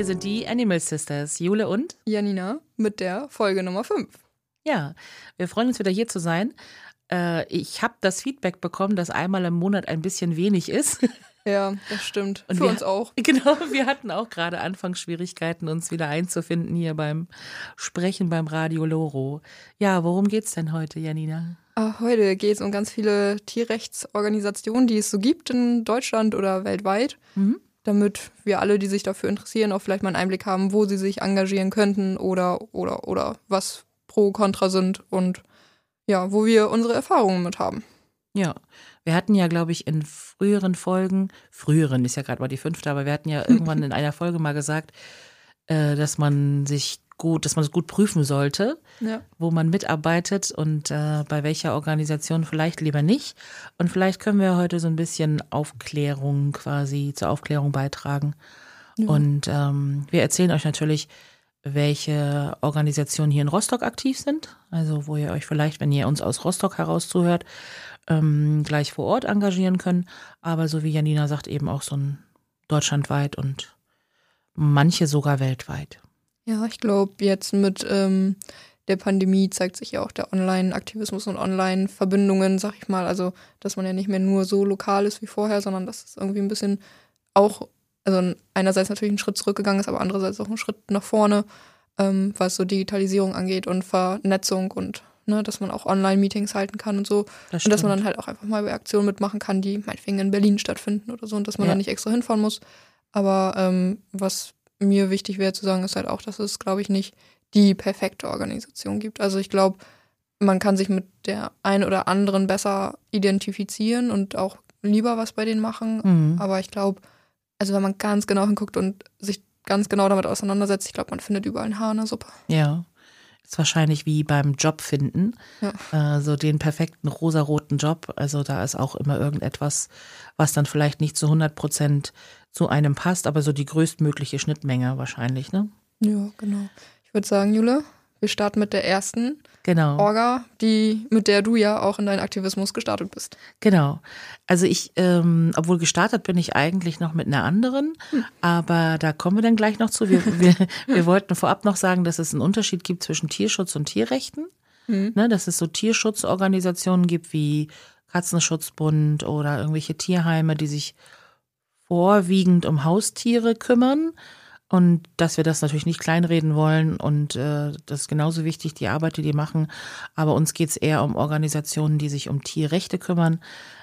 hier sind die Animal Sisters, Jule und Janina mit der Folge Nummer 5. Ja, wir freuen uns wieder hier zu sein. Ich habe das Feedback bekommen, dass einmal im Monat ein bisschen wenig ist. Ja, das stimmt. Und für uns auch. Genau, wir hatten auch gerade Anfangsschwierigkeiten, uns wieder einzufinden hier beim Sprechen beim Radio Loro. Ja, worum geht's denn heute, Janina? Heute geht es um ganz viele Tierrechtsorganisationen, die es so gibt in Deutschland oder weltweit, damit wir alle, die sich dafür interessieren, auch vielleicht mal einen Einblick haben, wo sie sich engagieren könnten oder was pro, kontra sind und ja, wo wir unsere Erfahrungen mit haben. Ja, wir hatten ja, glaube ich, in früheren Folgen, ist ja gerade mal die 5., aber wir hatten ja irgendwann in einer Folge mal gesagt, dass man es gut prüfen sollte, ja, wo man mitarbeitet und bei welcher Organisation vielleicht lieber nicht. Und vielleicht können wir heute so ein bisschen zur Aufklärung beitragen. Ja. Und wir erzählen euch natürlich, welche Organisationen hier in Rostock aktiv sind. Also wo ihr euch vielleicht, wenn ihr uns aus Rostock heraus zuhört, gleich vor Ort engagieren können. Aber so wie Janina sagt, eben auch so ein deutschlandweit und manche sogar weltweit. Ja, ich glaube, jetzt mit der Pandemie zeigt sich ja auch der Online-Aktivismus und Online-Verbindungen, sag ich mal. Also, dass man ja nicht mehr nur so lokal ist wie vorher, sondern dass es irgendwie ein bisschen auch, also einerseits natürlich einen Schritt zurückgegangen ist, aber andererseits auch einen Schritt nach vorne, was so Digitalisierung angeht und Vernetzung und dass man auch Online-Meetings halten kann und so. Und dass man dann halt auch einfach mal bei Aktionen mitmachen kann, die meinetwegen in Berlin stattfinden oder so und dass man dann nicht extra hinfahren muss. Aber was mir wichtig wäre zu sagen, ist halt auch, dass es, glaube ich, nicht die perfekte Organisation gibt. Also ich glaube, man kann sich mit der einen oder anderen besser identifizieren und auch lieber was bei denen machen. Aber ich glaube, also wenn man ganz genau hinguckt und sich ganz genau damit auseinandersetzt, ich glaube, man findet überall ein Haar in der Suppe. Ja, ist wahrscheinlich wie beim Job finden, so den perfekten rosaroten Job. Also da ist auch immer irgendetwas, was dann vielleicht nicht zu 100% zu einem passt, aber so die größtmögliche Schnittmenge wahrscheinlich, ne? Ja, genau. Ich würde sagen, Jule, wir starten mit der ersten Orga, mit der du ja auch in deinen Aktivismus gestartet bist. Genau. Also obwohl gestartet bin ich eigentlich noch mit einer anderen, aber da kommen wir dann gleich noch zu. Wir wollten vorab noch sagen, dass es einen Unterschied gibt zwischen Tierschutz und Tierrechten. Ne, dass es so Tierschutzorganisationen gibt wie Katzenschutzbund oder irgendwelche Tierheime, die sich vorwiegend um Haustiere kümmern. Und dass wir das natürlich nicht kleinreden wollen und das ist genauso wichtig, die Arbeit, die machen. Aber uns geht es eher um Organisationen, die sich um Tierrechte kümmern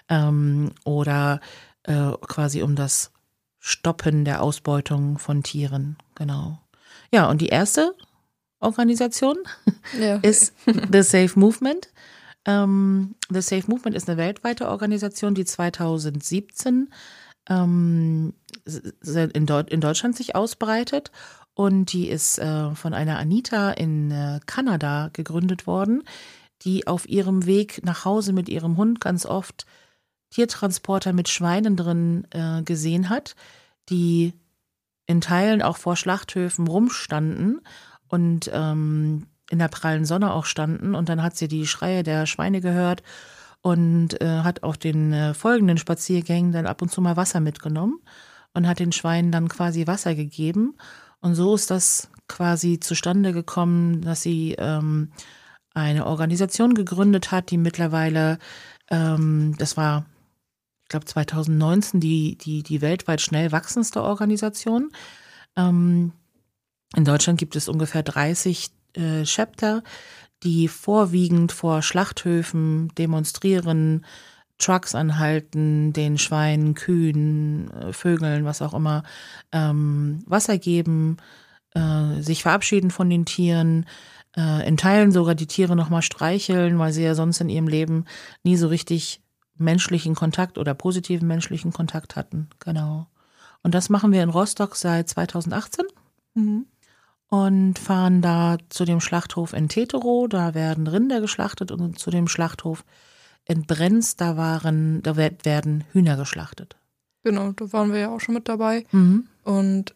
oder quasi um das Stoppen der Ausbeutung von Tieren. Genau. Ja, und die erste Organisation ist The Safe Movement. The Safe Movement ist eine weltweite Organisation, die 2017 in Deutschland sich ausbreitet und die ist von einer Anita in Kanada gegründet worden, die auf ihrem Weg nach Hause mit ihrem Hund ganz oft Tiertransporter mit Schweinen drin gesehen hat, die in Teilen auch vor Schlachthöfen rumstanden und in der prallen Sonne auch standen und dann hat sie die Schreie der Schweine gehört und hat auf den folgenden Spaziergängen dann ab und zu mal Wasser mitgenommen und hat den Schweinen dann quasi Wasser gegeben. Und so ist das quasi zustande gekommen, dass sie eine Organisation gegründet hat, die mittlerweile, das war, ich glaube 2019, die weltweit schnell wachsendste Organisation. In Deutschland gibt es ungefähr 30 Chapter, die vorwiegend vor Schlachthöfen demonstrieren, Trucks anhalten, den Schweinen, Kühen, Vögeln, was auch immer, Wasser geben, sich verabschieden von den Tieren, in Teilen sogar die Tiere nochmal streicheln, weil sie ja sonst in ihrem Leben nie so richtig menschlichen Kontakt oder positiven menschlichen Kontakt hatten. Genau. Und das machen wir in Rostock seit 2018. Und fahren da zu dem Schlachthof in Teterow, da werden Rinder geschlachtet und zu dem Schlachthof in Brenz, da werden Hühner geschlachtet. Genau, da waren wir ja auch schon mit dabei. Und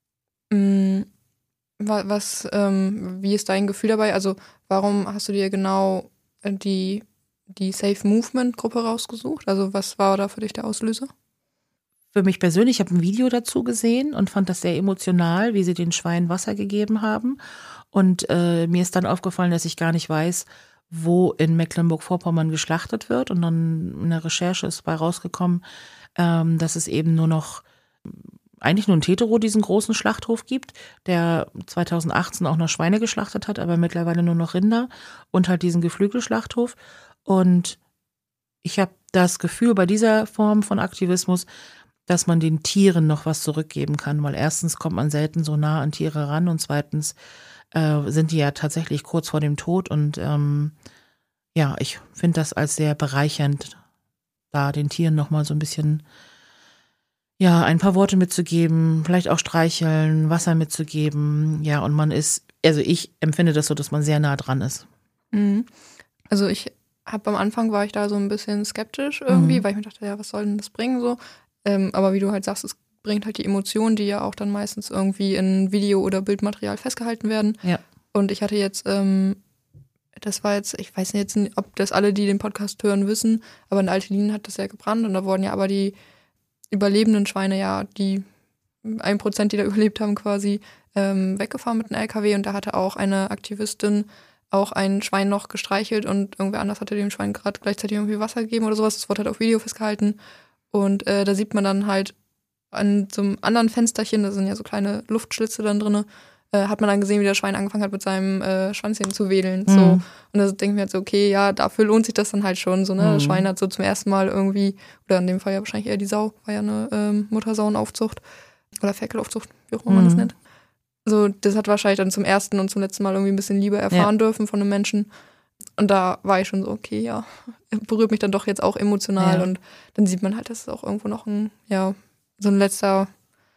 wie ist dein Gefühl dabei? Also warum hast du dir genau die Safe Movement Gruppe rausgesucht? Also was war da für dich der Auslöser? für mich persönlich, ich habe ein Video dazu gesehen und fand das sehr emotional, wie sie den Schweinen Wasser gegeben haben. Und mir ist dann aufgefallen, dass ich gar nicht weiß, wo in Mecklenburg-Vorpommern geschlachtet wird. Und dann in der Recherche ist bei rausgekommen, dass es eben nur noch, eigentlich nur in Teterow diesen großen Schlachthof gibt, der 2018 auch noch Schweine geschlachtet hat, aber mittlerweile nur noch Rinder und halt diesen Geflügelschlachthof. Und ich habe das Gefühl bei dieser Form von Aktivismus, dass man den Tieren noch was zurückgeben kann, weil erstens kommt man selten so nah an Tiere ran und zweitens sind die ja tatsächlich kurz vor dem Tod und ja, ich finde das als sehr bereichernd, da den Tieren noch mal so ein bisschen, ja, ein paar Worte mitzugeben, vielleicht auch streicheln, Wasser mitzugeben, ja, und man ist, also ich empfinde das so, dass man sehr nah dran ist. Mhm. Also am Anfang war ich da so ein bisschen skeptisch irgendwie, weil ich mir dachte, ja, was soll denn das bringen so? Aber wie du halt sagst, es bringt halt die Emotionen, die ja auch dann meistens irgendwie in Video- oder Bildmaterial festgehalten werden. Ja. Und ich hatte jetzt, das war jetzt, ich weiß jetzt nicht, ob das alle, die den Podcast hören, wissen, aber in Altelin hat das ja gebrannt und da wurden ja aber die überlebenden Schweine ja, die 1%, die da überlebt haben, quasi weggefahren mit einem LKW und da hatte auch eine Aktivistin auch ein Schwein noch gestreichelt und irgendwer anders hatte dem Schwein gerade gleichzeitig irgendwie Wasser gegeben oder sowas. Das wurde halt auf Video festgehalten. Und da sieht man dann halt an so einem anderen Fensterchen, da sind ja so kleine Luftschlitze dann drin, hat man dann gesehen, wie der Schwein angefangen hat, mit seinem Schwanzchen zu wedeln. So. Und da denke ich mir halt so, okay, ja, dafür lohnt sich das dann halt schon. So, ne? Das Schwein hat so zum ersten Mal irgendwie, oder in dem Fall ja wahrscheinlich eher die Sau, war ja eine Muttersauenaufzucht oder Ferkelaufzucht, wie auch immer man das nennt. So, das hat wahrscheinlich dann zum ersten und zum letzten Mal irgendwie ein bisschen Liebe erfahren dürfen von einem Menschen. Und da war ich schon so, okay, ja, berührt mich dann doch jetzt auch emotional. Ja. Und dann sieht man halt, dass es auch irgendwo noch ein letzter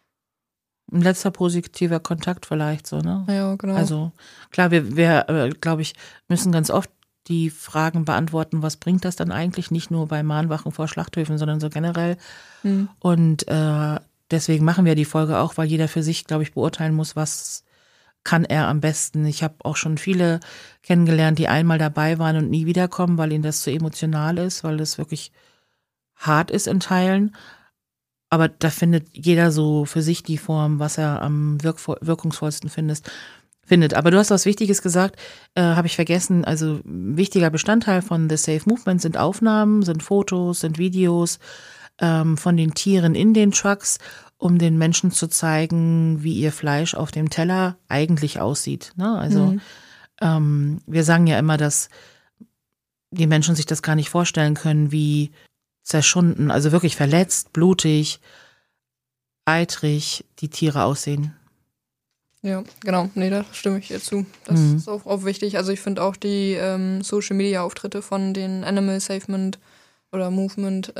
positiver Kontakt vielleicht so, ne? Ja, genau. Also klar, wir glaube ich, müssen ganz oft die Fragen beantworten, was bringt das dann eigentlich, nicht nur bei Mahnwachen vor Schlachthöfen, sondern so generell. Und deswegen machen wir die Folge auch, weil jeder für sich, glaube ich, beurteilen muss, was kann er am besten. Ich habe auch schon viele kennengelernt, die einmal dabei waren und nie wiederkommen, weil ihnen das zu emotional ist, weil das wirklich hart ist in Teilen. Aber da findet jeder so für sich die Form, was er am wirkungsvollsten findet. Aber du hast was Wichtiges gesagt, habe ich vergessen. Also ein wichtiger Bestandteil von The Safe Movement sind Aufnahmen, sind Fotos, sind Videos von den Tieren in den Trucks, um den Menschen zu zeigen, wie ihr Fleisch auf dem Teller eigentlich aussieht. Ne? Also wir sagen ja immer, dass die Menschen sich das gar nicht vorstellen können, wie zerschunden, also wirklich verletzt, blutig, eitrig die Tiere aussehen. Ja, genau. Nee, da stimme ich dir zu. Das ist auch wichtig. Also ich finde auch die Social-Media-Auftritte von den Animal Safement oder Movement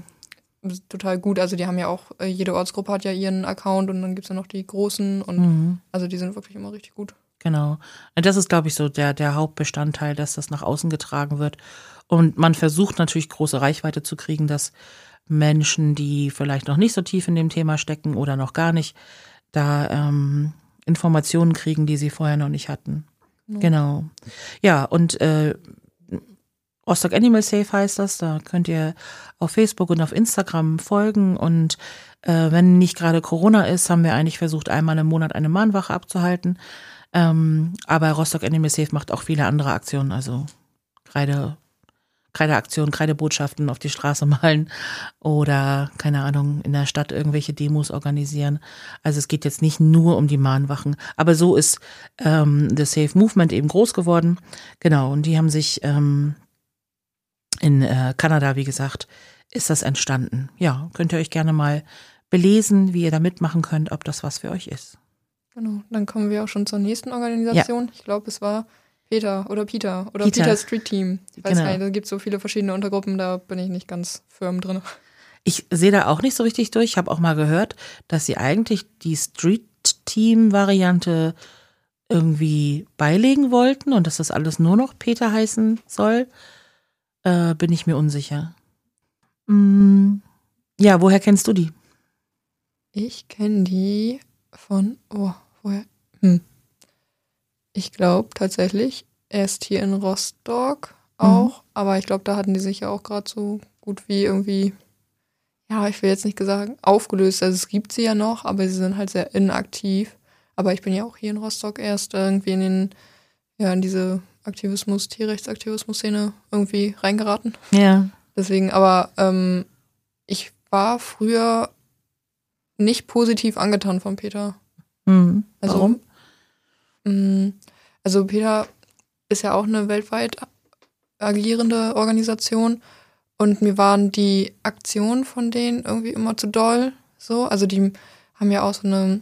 total gut. Also die haben ja auch, jede Ortsgruppe hat ja ihren Account und dann gibt es ja noch die großen und also die sind wirklich immer richtig gut. Genau. Das ist, glaube ich, so der Hauptbestandteil, dass das nach außen getragen wird. Und man versucht natürlich große Reichweite zu kriegen, dass Menschen, die vielleicht noch nicht so tief in dem Thema stecken oder noch gar nicht, da Informationen kriegen, die sie vorher noch nicht hatten. Genau. Ja, und Rostock Animal Safe heißt das, da könnt ihr auf Facebook und auf Instagram folgen und wenn nicht gerade Corona ist, haben wir eigentlich versucht, einmal im Monat eine Mahnwache abzuhalten. Aber Rostock Animal Safe macht auch viele andere Aktionen, also Kreideaktionen, Kreidebotschaften auf die Straße malen oder, keine Ahnung, in der Stadt irgendwelche Demos organisieren. Also es geht jetzt nicht nur um die Mahnwachen, aber so ist The Safe Movement eben groß geworden. Genau, und die haben sich in Kanada, wie gesagt, ist das entstanden. Ja, könnt ihr euch gerne mal belesen, wie ihr da mitmachen könnt, ob das was für euch ist. Genau, dann kommen wir auch schon zur nächsten Organisation. Ja. Ich glaube, es war Peter Street Team. Ich weiß gar nicht, da gibt es so viele verschiedene Untergruppen, da bin ich nicht ganz firm drin. Ich sehe da auch nicht so richtig durch. Ich habe auch mal gehört, dass sie eigentlich die Street Team-Variante irgendwie beilegen wollten und dass das alles nur noch Peter heißen soll. Bin ich mir unsicher. Ja, woher kennst du die? Ich kenne die von, woher? Ich glaube tatsächlich erst hier in Rostock auch, aber ich glaube, da hatten die sich ja auch gerade so gut wie irgendwie, ja, ich will jetzt nicht sagen aufgelöst, also es gibt sie ja noch, aber sie sind halt sehr inaktiv. Aber ich bin ja auch hier in Rostock erst irgendwie in diese Tierrechtsaktivismus-Szene irgendwie reingeraten. Ja. Deswegen, aber ich war früher nicht positiv angetan von Peter. Mhm. Warum? Also Peter ist ja auch eine weltweit agierende Organisation und mir waren die Aktionen von denen irgendwie immer zu doll. So, also die haben ja auch so eine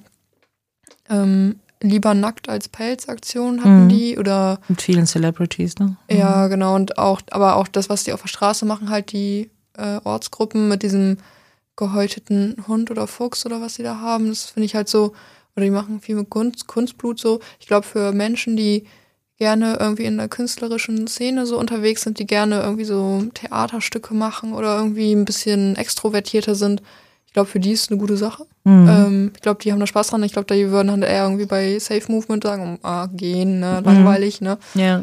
lieber nackt als Pelz-Aktion hatten die oder mit vielen Celebrities, ne? Ja, genau, und aber auch das, was die auf der Straße machen, halt die Ortsgruppen mit diesem gehäuteten Hund oder Fuchs oder was sie da haben, das finde ich halt so, oder die machen viel mit Kunstblut so. Ich glaube, für Menschen, die gerne irgendwie in der künstlerischen Szene so unterwegs sind, die gerne irgendwie so Theaterstücke machen oder irgendwie ein bisschen extrovertierter sind, ich glaube, für die ist es eine gute Sache. Ich glaube, die haben da Spaß dran. Ich glaube, die würden dann eher irgendwie bei Safe Movement sagen, gehen, ne, langweilig, ne. Ja.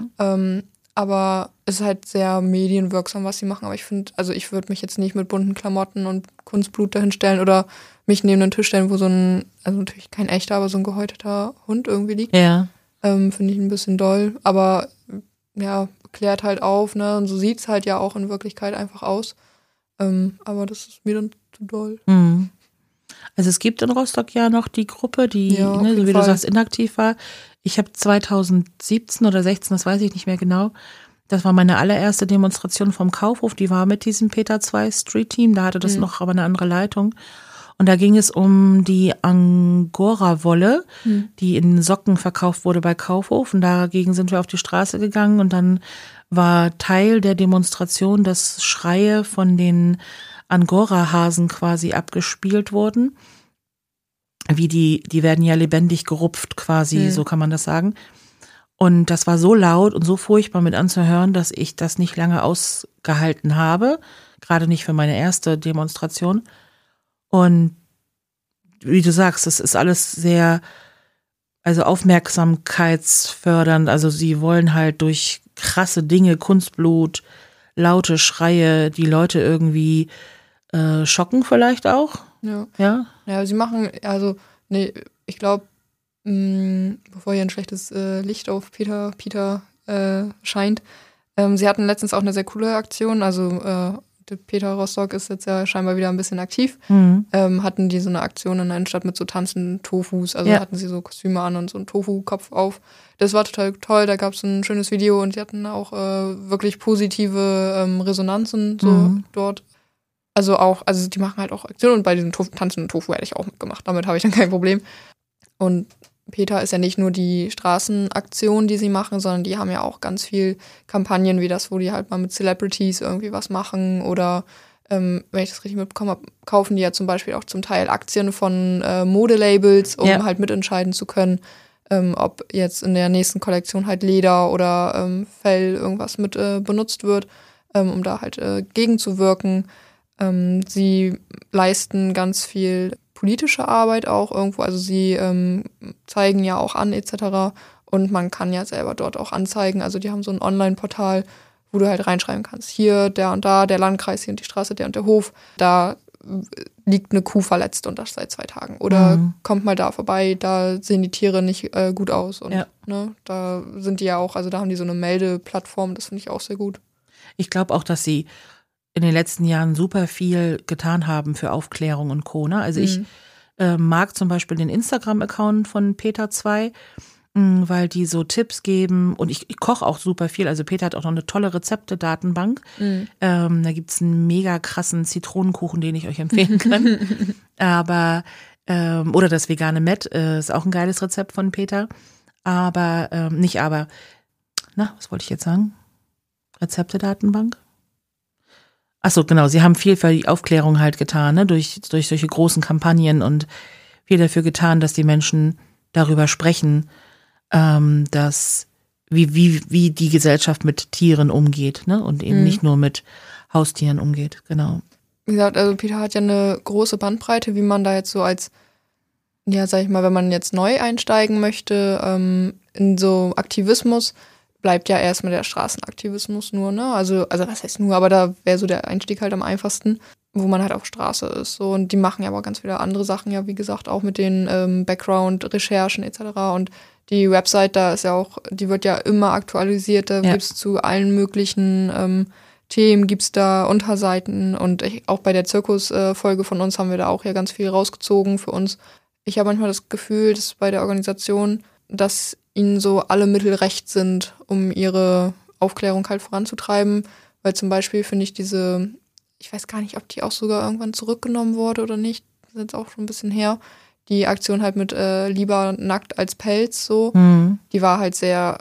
Aber es ist halt sehr medienwirksam, was sie machen. Aber ich finde, also ich würde mich jetzt nicht mit bunten Klamotten und Kunstblut dahin stellen oder mich neben den Tisch stellen, wo so ein, also natürlich kein echter, aber so ein gehäuteter Hund irgendwie liegt. Ja. Finde ich ein bisschen doll. Aber ja, klärt halt auf, ne? Und so sieht's halt ja auch in Wirklichkeit einfach aus. Aber das ist mir dann zu doll. Mhm. Also es gibt in Rostock ja noch die Gruppe, die, Ja, ne, so wie Fall. du sagst, inaktiv war. Ich habe 2017 oder 16, das weiß ich nicht mehr genau, das war meine allererste Demonstration vom Kaufhof, die war mit diesem Peter 2 Street Team, da hatte das noch aber eine andere Leitung. Und da ging es um die Angora-Wolle, die in Socken verkauft wurde bei Kaufhof. Und dagegen sind wir auf die Straße gegangen und dann war Teil der Demonstration, dass Schreie von den Angora-Hasen quasi abgespielt wurden. Wie die werden ja lebendig gerupft quasi, so kann man das sagen. Und das war so laut und so furchtbar mit anzuhören, dass ich das nicht lange ausgehalten habe. Gerade nicht für meine erste Demonstration. Und wie du sagst, das ist alles sehr, also aufmerksamkeitsfördernd. Also sie wollen halt durch krasse Dinge, Kunstblut, laute Schreie, die Leute irgendwie schocken vielleicht auch. Ja. Ja. Ja, sie machen, also, nee, ich glaube, bevor hier ein schlechtes Licht auf Peter scheint, sie hatten letztens auch eine sehr coole Aktion, also der Peter Rostock ist jetzt ja scheinbar wieder ein bisschen aktiv, hatten die so eine Aktion in der Innenstadt mit so tanzenden Tofus, also hatten sie so Kostüme an und so einen Tofu-Kopf auf. Das war total toll, da gab es ein schönes Video und sie hatten auch wirklich positive Resonanzen so dort. Also die machen halt auch Aktionen und bei diesem tanzenden Tofu hätte ich auch mitgemacht. Damit habe ich dann kein Problem. Und Peter ist ja nicht nur die Straßenaktion, die sie machen, sondern die haben ja auch ganz viel Kampagnen wie das, wo die halt mal mit Celebrities irgendwie was machen oder, wenn ich das richtig mitbekommen habe, kaufen die ja zum Beispiel auch zum Teil Aktien von Modelabels, um halt mitentscheiden zu können, ob jetzt in der nächsten Kollektion halt Leder oder Fell irgendwas mit benutzt wird, um da halt gegenzuwirken. Sie leisten ganz viel politische Arbeit auch irgendwo, also sie zeigen ja auch an etc. Und man kann ja selber dort auch anzeigen, also die haben so ein Online-Portal, wo du halt reinschreiben kannst, hier, der und da, der Landkreis, hier und die Straße, der und der Hof, da liegt eine Kuh verletzt und das seit 2 Tagen. Oder kommt mal da vorbei, da sehen die Tiere nicht gut aus. Und ne, da sind die ja auch, also da haben die so eine Meldeplattform, das finde ich auch sehr gut. Ich glaube auch, dass sie in den letzten Jahren super viel getan haben für Aufklärung und Co. Ne? Also ich mag zum Beispiel den Instagram-Account von Peter 2, weil die so Tipps geben und ich koche auch super viel. Also Peter hat auch noch eine tolle Rezepte-Datenbank. Da gibt's einen mega krassen Zitronenkuchen, den ich euch empfehlen kann. Aber oder das vegane Met ist auch ein geiles Rezept von Peter. Aber was wollte ich jetzt sagen? Rezepte-Datenbank? Achso, genau, sie haben viel für die Aufklärung halt getan, ne, durch solche großen Kampagnen und viel dafür getan, dass die Menschen darüber sprechen, dass wie die Gesellschaft mit Tieren umgeht, ne, und eben nicht nur mit Haustieren umgeht, genau. Wie gesagt, also Peter hat ja eine große Bandbreite, wie man da jetzt so als, ja, sag ich mal, wenn man jetzt neu einsteigen möchte, in so Aktivismus, bleibt ja erstmal der Straßenaktivismus nur, ne? Also was heißt nur, aber da wäre so der Einstieg halt am einfachsten. wo man halt auf Straße ist. So. Und die machen ja aber ganz viele andere Sachen, ja, wie gesagt, auch mit den Background-Recherchen etc. Und die Website, da ist ja auch, die wird ja immer aktualisiert, da gibt's zu allen möglichen Themen, gibt's da Unterseiten. Und auch bei der Zirkus-Folge von uns haben wir da auch ja ganz viel rausgezogen für uns. Ich habe manchmal das Gefühl, dass bei der Organisation, dass ihnen so alle Mittel recht sind, um ihre Aufklärung halt voranzutreiben. Weil zum Beispiel finde ich ich weiß gar nicht, ob die auch sogar irgendwann zurückgenommen wurde oder nicht, das ist jetzt auch schon ein bisschen her, die Aktion halt mit lieber nackt als Pelz so, die war halt sehr,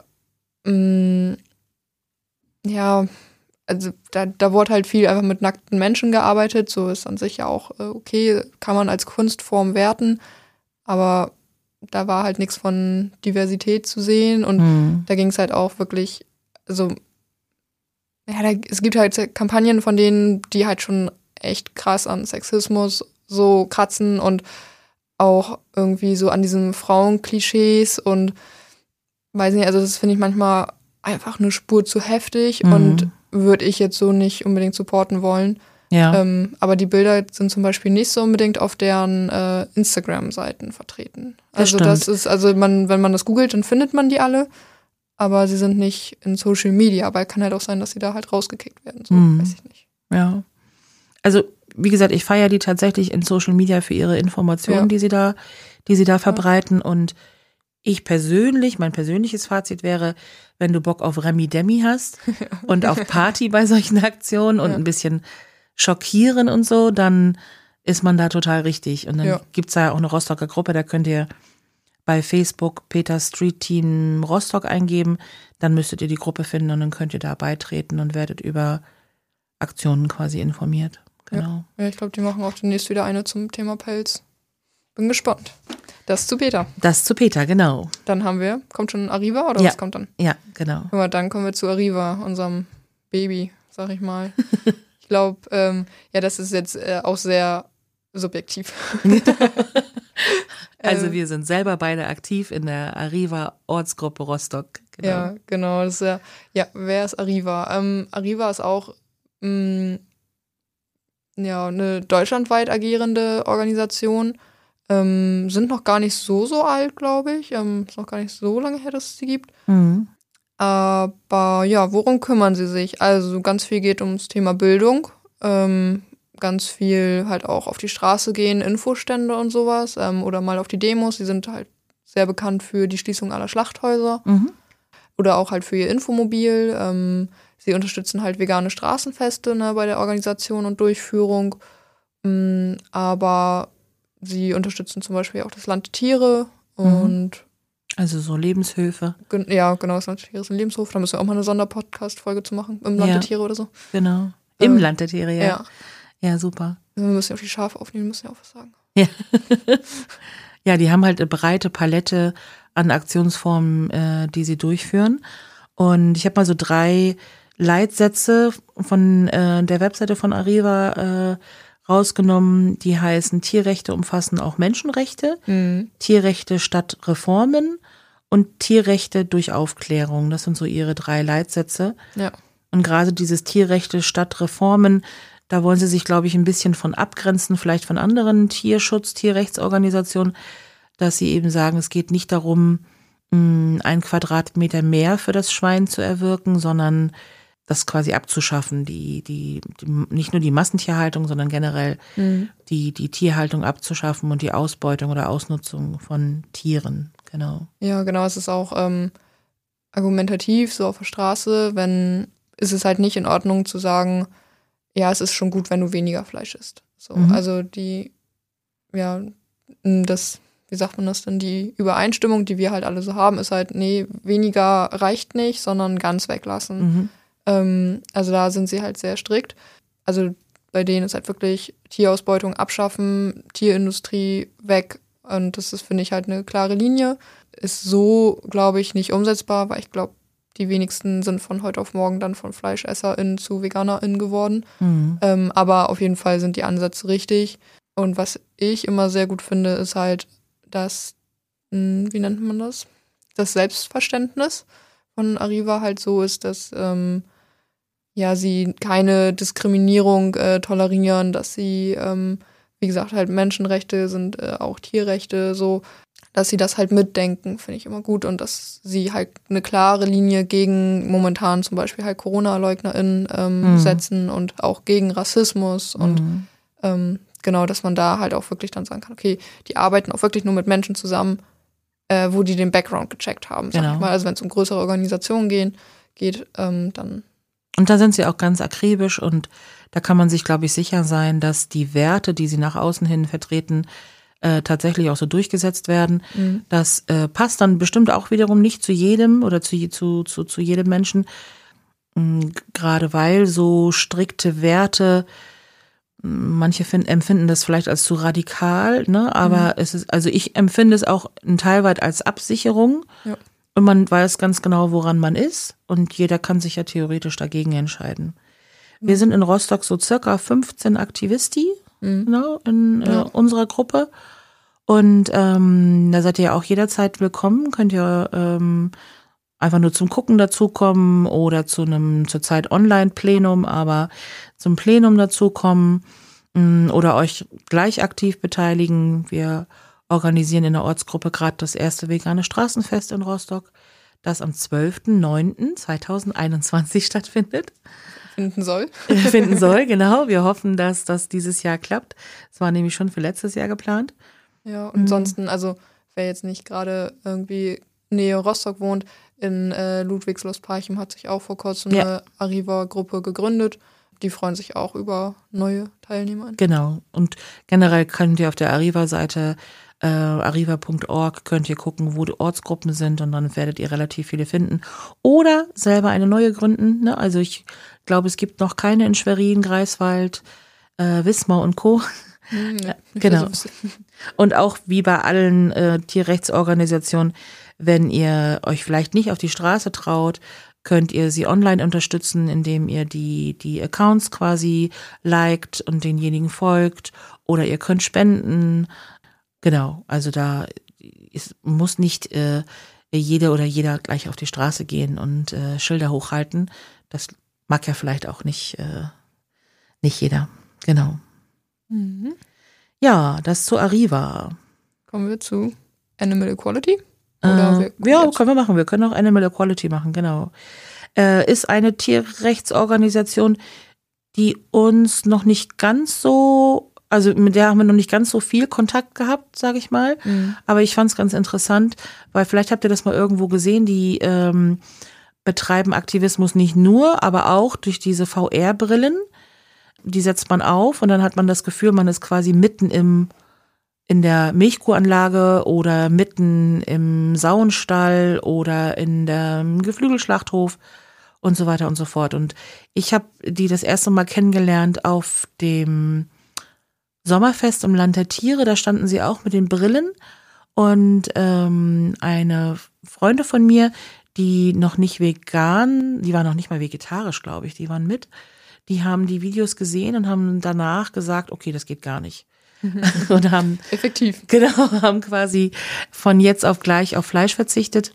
ja, also da wurde halt viel einfach mit nackten Menschen gearbeitet, so ist an sich ja auch okay, kann man als Kunstform werten, aber da war halt nichts von Diversität zu sehen und da ging es halt auch wirklich, also es gibt halt Kampagnen von denen, die halt schon echt krass an Sexismus so kratzen und auch irgendwie so an diesen Frauenklischees und weiß nicht, also das finde ich manchmal einfach eine Spur zu heftig und würde ich jetzt so nicht unbedingt supporten wollen. Ja. Aber die Bilder sind zum Beispiel nicht so unbedingt auf deren Instagram-Seiten vertreten. Also das ist, wenn man das googelt, dann findet man die alle. Aber sie sind nicht in Social Media, aber kann halt auch sein, dass sie da halt rausgekickt werden. So, weiß ich nicht. Ja. Also, wie gesagt, ich feiere die tatsächlich in Social Media für ihre Informationen, die sie da verbreiten. Und mein persönliches Fazit wäre, wenn du Bock auf Remi Demi hast und auf Party bei solchen Aktionen und ein bisschen schockieren und so, dann ist man da total richtig. Und dann gibt's da auch eine Rostocker Gruppe, da könnt ihr bei Facebook Peter Street Team Rostock eingeben, dann müsstet ihr die Gruppe finden und dann könnt ihr da beitreten und werdet über Aktionen quasi informiert. Genau. Ja, ich glaube, die machen auch demnächst wieder eine zum Thema Pelz. Bin gespannt. Das zu Peter, genau. Dann kommt schon Arriva oder was kommt dann? Ja, genau. Aber dann kommen wir zu Arriva, unserem Baby, sag ich mal. Ich glaube, das ist jetzt auch sehr subjektiv. Also wir sind selber beide aktiv in der Arriva Ortsgruppe Rostock. Genau. Ja, genau. Das ist wer ist Arriva? Arriva ist auch eine deutschlandweit agierende Organisation. Sind noch gar nicht so alt, glaube ich. Ist noch gar nicht so lange her, dass es sie gibt. Aber ja, worum kümmern sie sich? Also ganz viel geht ums Thema Bildung. Ganz viel halt auch auf die Straße gehen, Infostände und sowas. Oder mal auf die Demos. Sie sind halt sehr bekannt für die Schließung aller Schlachthäuser. Oder auch halt für ihr Infomobil. Sie unterstützen halt vegane Straßenfeste bei der Organisation und Durchführung. Aber sie unterstützen zum Beispiel auch das Land der Tiere und also so Lebenshöfe. Ja, genau, das Land der Tiere ist ein Lebenshof. Da müssen wir auch mal eine Sonderpodcast-Folge zu machen. Im Land der Tiere oder so. Genau. Im Land der Tiere, ja. Ja, super. Wir müssen ja auch die Schafe aufnehmen, müssen ja auch was sagen. Ja. Ja, die haben halt eine breite Palette an Aktionsformen, die sie durchführen. Und ich habe mal so 3 Leitsätze von der Webseite von Arriva rausgenommen, die heißen: Tierrechte umfassen auch Menschenrechte, Tierrechte statt Reformen und Tierrechte durch Aufklärung. Das sind so ihre 3 Leitsätze. Ja. Und gerade dieses Tierrechte statt Reformen, da wollen sie sich, glaube ich, ein bisschen von abgrenzen, vielleicht von anderen Tierrechtsorganisationen, dass sie eben sagen, es geht nicht darum, 1 Quadratmeter mehr für das Schwein zu erwirken, sondern das quasi abzuschaffen, die nicht nur die Massentierhaltung, sondern generell die Tierhaltung abzuschaffen und die Ausbeutung oder Ausnutzung von Tieren, genau. Ja, genau, es ist auch argumentativ, so auf der Straße, ist es halt nicht in Ordnung zu sagen, ja, es ist schon gut, wenn du weniger Fleisch isst. So, also wie sagt man das denn, die Übereinstimmung, die wir halt alle so haben, ist halt, nee, weniger reicht nicht, sondern ganz weglassen. Also da sind sie halt sehr strikt. Also bei denen ist halt wirklich Tierausbeutung abschaffen, Tierindustrie weg. Und das ist, finde ich, halt eine klare Linie. Ist so, glaube ich, nicht umsetzbar, weil ich glaube, die wenigsten sind von heute auf morgen dann von FleischesserInnen zu VeganerInnen geworden. Aber auf jeden Fall sind die Ansätze richtig. Und was ich immer sehr gut finde, ist halt, dass, wie nennt man das? Das Selbstverständnis von Arriva halt so ist, dass sie keine Diskriminierung tolerieren, dass sie, wie gesagt, halt Menschenrechte sind auch Tierrechte, so, dass sie das halt mitdenken, finde ich immer gut und dass sie halt eine klare Linie gegen momentan zum Beispiel halt CoronaLeugnerInnen setzen und auch gegen Rassismus und genau, dass man da halt auch wirklich dann sagen kann, okay, die arbeiten auch wirklich nur mit Menschen zusammen, wo die den Background gecheckt haben, sag ich mal. Also wenn es um größere Organisationen geht, dann. Und da sind sie auch ganz akribisch und da kann man sich, glaube ich, sicher sein, dass die Werte, die sie nach außen hin vertreten, tatsächlich auch so durchgesetzt werden. Das passt dann bestimmt auch wiederum nicht zu jedem oder zu jedem Menschen, gerade weil so strikte Werte, manche empfinden das vielleicht als zu radikal, ne? Aber es ist, also ich empfinde es auch teilweit als Absicherung. Ja. Und man weiß ganz genau, woran man ist. Und jeder kann sich ja theoretisch dagegen entscheiden. Wir sind in Rostock so circa 15 Aktivisti, genau, in unserer Gruppe. Und da seid ihr ja auch jederzeit willkommen. Könnt ihr einfach nur zum Gucken dazukommen oder zu einem zurzeit Online-Plenum, aber zum Plenum dazukommen oder euch gleich aktiv beteiligen. Wir organisieren in der Ortsgruppe gerade das erste vegane Straßenfest in Rostock, das am 12.09.2021 stattfindet. Finden soll, genau. Wir hoffen, dass das dieses Jahr klappt. Es war nämlich schon für letztes Jahr geplant. Ja, und ansonsten, also wer jetzt nicht gerade irgendwie Nähe Rostock wohnt, in Ludwigslust-Parchim hat sich auch vor kurzem eine Arriva-Gruppe gegründet. Die freuen sich auch über neue Teilnehmer. Genau. Und generell könnt ihr auf der Arriva-Seite arriva.org könnt ihr gucken, wo die Ortsgruppen sind und dann werdet ihr relativ viele finden. Oder selber eine neue gründen. Ne? Also ich glaube, es gibt noch keine in Schwerin, Greifswald, Wismar und Co. Genau. Und auch wie bei allen Tierrechtsorganisationen, wenn ihr euch vielleicht nicht auf die Straße traut, könnt ihr sie online unterstützen, indem ihr die Accounts quasi liked und denjenigen folgt. Oder ihr könnt spenden. Genau, also da muss nicht jede oder jeder gleich auf die Straße gehen und Schilder hochhalten. Das mag ja vielleicht auch nicht jeder. Genau. Ja, das zu Arriva. Kommen wir zu Animal Equality? Können wir machen. Wir können auch Animal Equality machen, genau. Ist eine Tierrechtsorganisation, die uns noch nicht ganz so, also mit der haben wir noch nicht ganz so viel Kontakt gehabt, sage ich mal. Aber ich fand es ganz interessant, weil vielleicht habt ihr das mal irgendwo gesehen, die betreiben Aktivismus nicht nur, aber auch durch diese VR-Brillen. Die setzt man auf und dann hat man das Gefühl, man ist quasi mitten in der Milchkuhanlage oder mitten im Sauenstall oder in dem Geflügelschlachthof und so weiter und so fort. Und ich habe die das erste Mal kennengelernt auf dem Sommerfest im Land der Tiere. Da standen sie auch mit den Brillen und eine Freundin von mir, die noch nicht vegan, die war noch nicht mal vegetarisch, glaube ich, die waren mit. Die haben die Videos gesehen und haben danach gesagt, okay, das geht gar nicht. Und haben effektiv. Genau, haben quasi von jetzt auf gleich auf Fleisch verzichtet.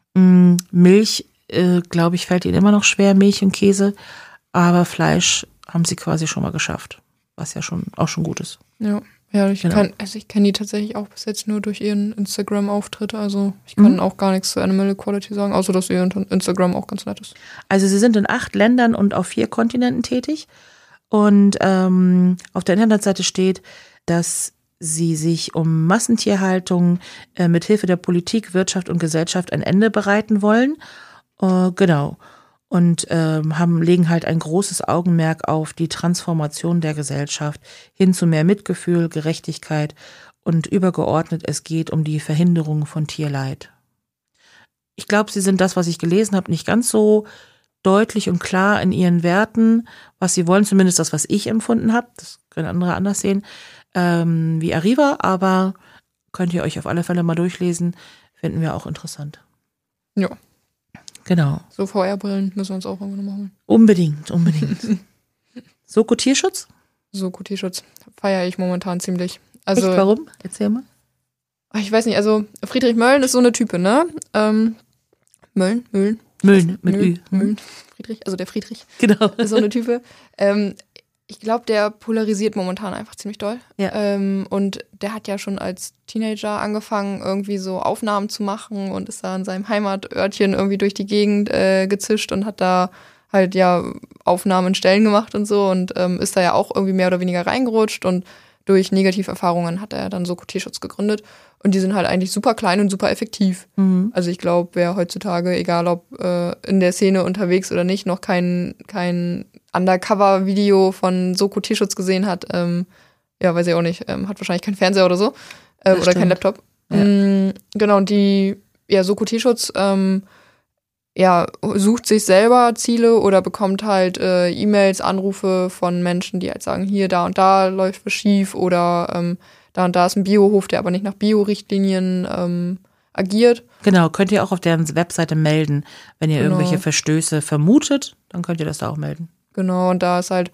Milch, glaube ich, fällt ihnen immer noch schwer, Milch und Käse, aber Fleisch haben sie quasi schon mal geschafft, was ja auch schon gut ist. Ja, ich kenne die tatsächlich auch bis jetzt nur durch ihren Instagram-Auftritt, also ich kann auch gar nichts zu Animal Equality sagen, außer dass ihr Instagram auch ganz nett ist. Also sie sind in 8 Ländern und auf 4 Kontinenten tätig und auf der Internetseite steht, dass sie sich um Massentierhaltung mit Hilfe der Politik, Wirtschaft und Gesellschaft ein Ende bereiten wollen. Genau. Und legen halt ein großes Augenmerk auf die Transformation der Gesellschaft hin zu mehr Mitgefühl, Gerechtigkeit und übergeordnet, es geht um die Verhinderung von Tierleid. Ich glaube, sie sind das, was ich gelesen habe, nicht ganz so deutlich und klar in ihren Werten, was sie wollen, zumindest das, was ich empfunden habe. Das können andere anders sehen. Wie Arriva, aber könnt ihr euch auf alle Fälle mal durchlesen, finden wir auch interessant. Ja. Genau. So VR-Brillen müssen wir uns auch irgendwann mal holen. Unbedingt. Soko Tierschutz? Soko Tierschutz feiere ich momentan ziemlich. Also, echt, warum? Erzähl mal. Ich weiß nicht, also Friedrich Mölln ist so eine Type, ne? Mölln mit Ü. Mölln. Friedrich, also der Friedrich, Genau. ist so eine Type. Ich glaube, der polarisiert momentan einfach ziemlich doll. Ja. Und der hat ja schon als Teenager angefangen, irgendwie so Aufnahmen zu machen und ist da in seinem Heimatörtchen irgendwie durch die Gegend gezischt und hat da halt ja Aufnahmen in Stellen gemacht und so und ist da ja auch irgendwie mehr oder weniger reingerutscht und durch Negativerfahrungen hat er dann Soko Tierschutz gegründet und die sind halt eigentlich super klein und super effektiv. Mhm. Also ich glaube, wer heutzutage, egal ob in der Szene unterwegs oder nicht, noch kein Undercover-Video von Soko Tierschutz gesehen hat, ja, weiß ich auch nicht, hat wahrscheinlich keinen Fernseher oder so oder keinen Laptop. Ja. Genau, die Soko Tierschutz sucht sich selber Ziele oder bekommt halt E-Mails, Anrufe von Menschen, die halt sagen, hier, da und da läuft was schief oder da und da ist ein Biohof, der aber nicht nach Bio-Richtlinien agiert. Genau, könnt ihr auch auf deren Webseite melden. Wenn ihr irgendwelche Verstöße vermutet, dann könnt ihr das da auch melden. Genau, und da ist halt,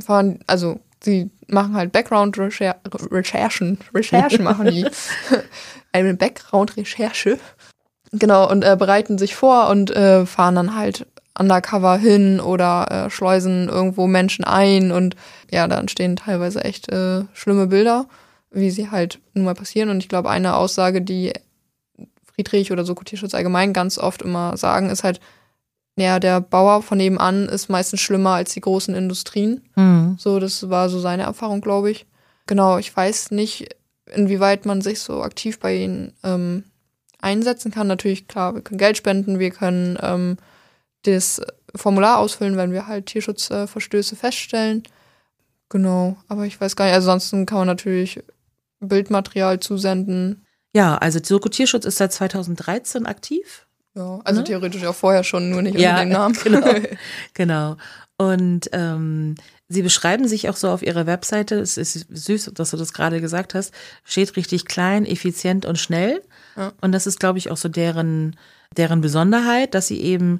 sie machen halt Background-Recherchen machen die. Eine Background-Recherche. Genau, und bereiten sich vor und fahren dann halt undercover hin oder schleusen irgendwo Menschen ein und ja, da entstehen teilweise echt schlimme Bilder, wie sie halt nun mal passieren. Und ich glaube, eine Aussage, die Friedrich oder Soko Tierschutz allgemein ganz oft immer sagen, ist halt, ja, der Bauer von nebenan ist meistens schlimmer als die großen Industrien. Mhm. So, das war so seine Erfahrung, glaube ich. Genau, ich weiß nicht, inwieweit man sich so aktiv bei ihnen einsetzen kann. Natürlich, klar, wir können Geld spenden, wir können das Formular ausfüllen, wenn wir halt Tierschutzverstöße feststellen. Genau, aber ich weiß gar nicht, ansonsten kann man natürlich Bildmaterial zusenden. Ja, also Soko Tierschutz ist seit 2013 aktiv. Ja, also theoretisch auch vorher schon, nur nicht unter dem Namen. Genau. Und sie beschreiben sich auch so auf ihrer Webseite, es ist süß, dass du das gerade gesagt hast, steht richtig klein, effizient und schnell. Ja. Und das ist, glaube ich, auch so deren Besonderheit, dass sie eben,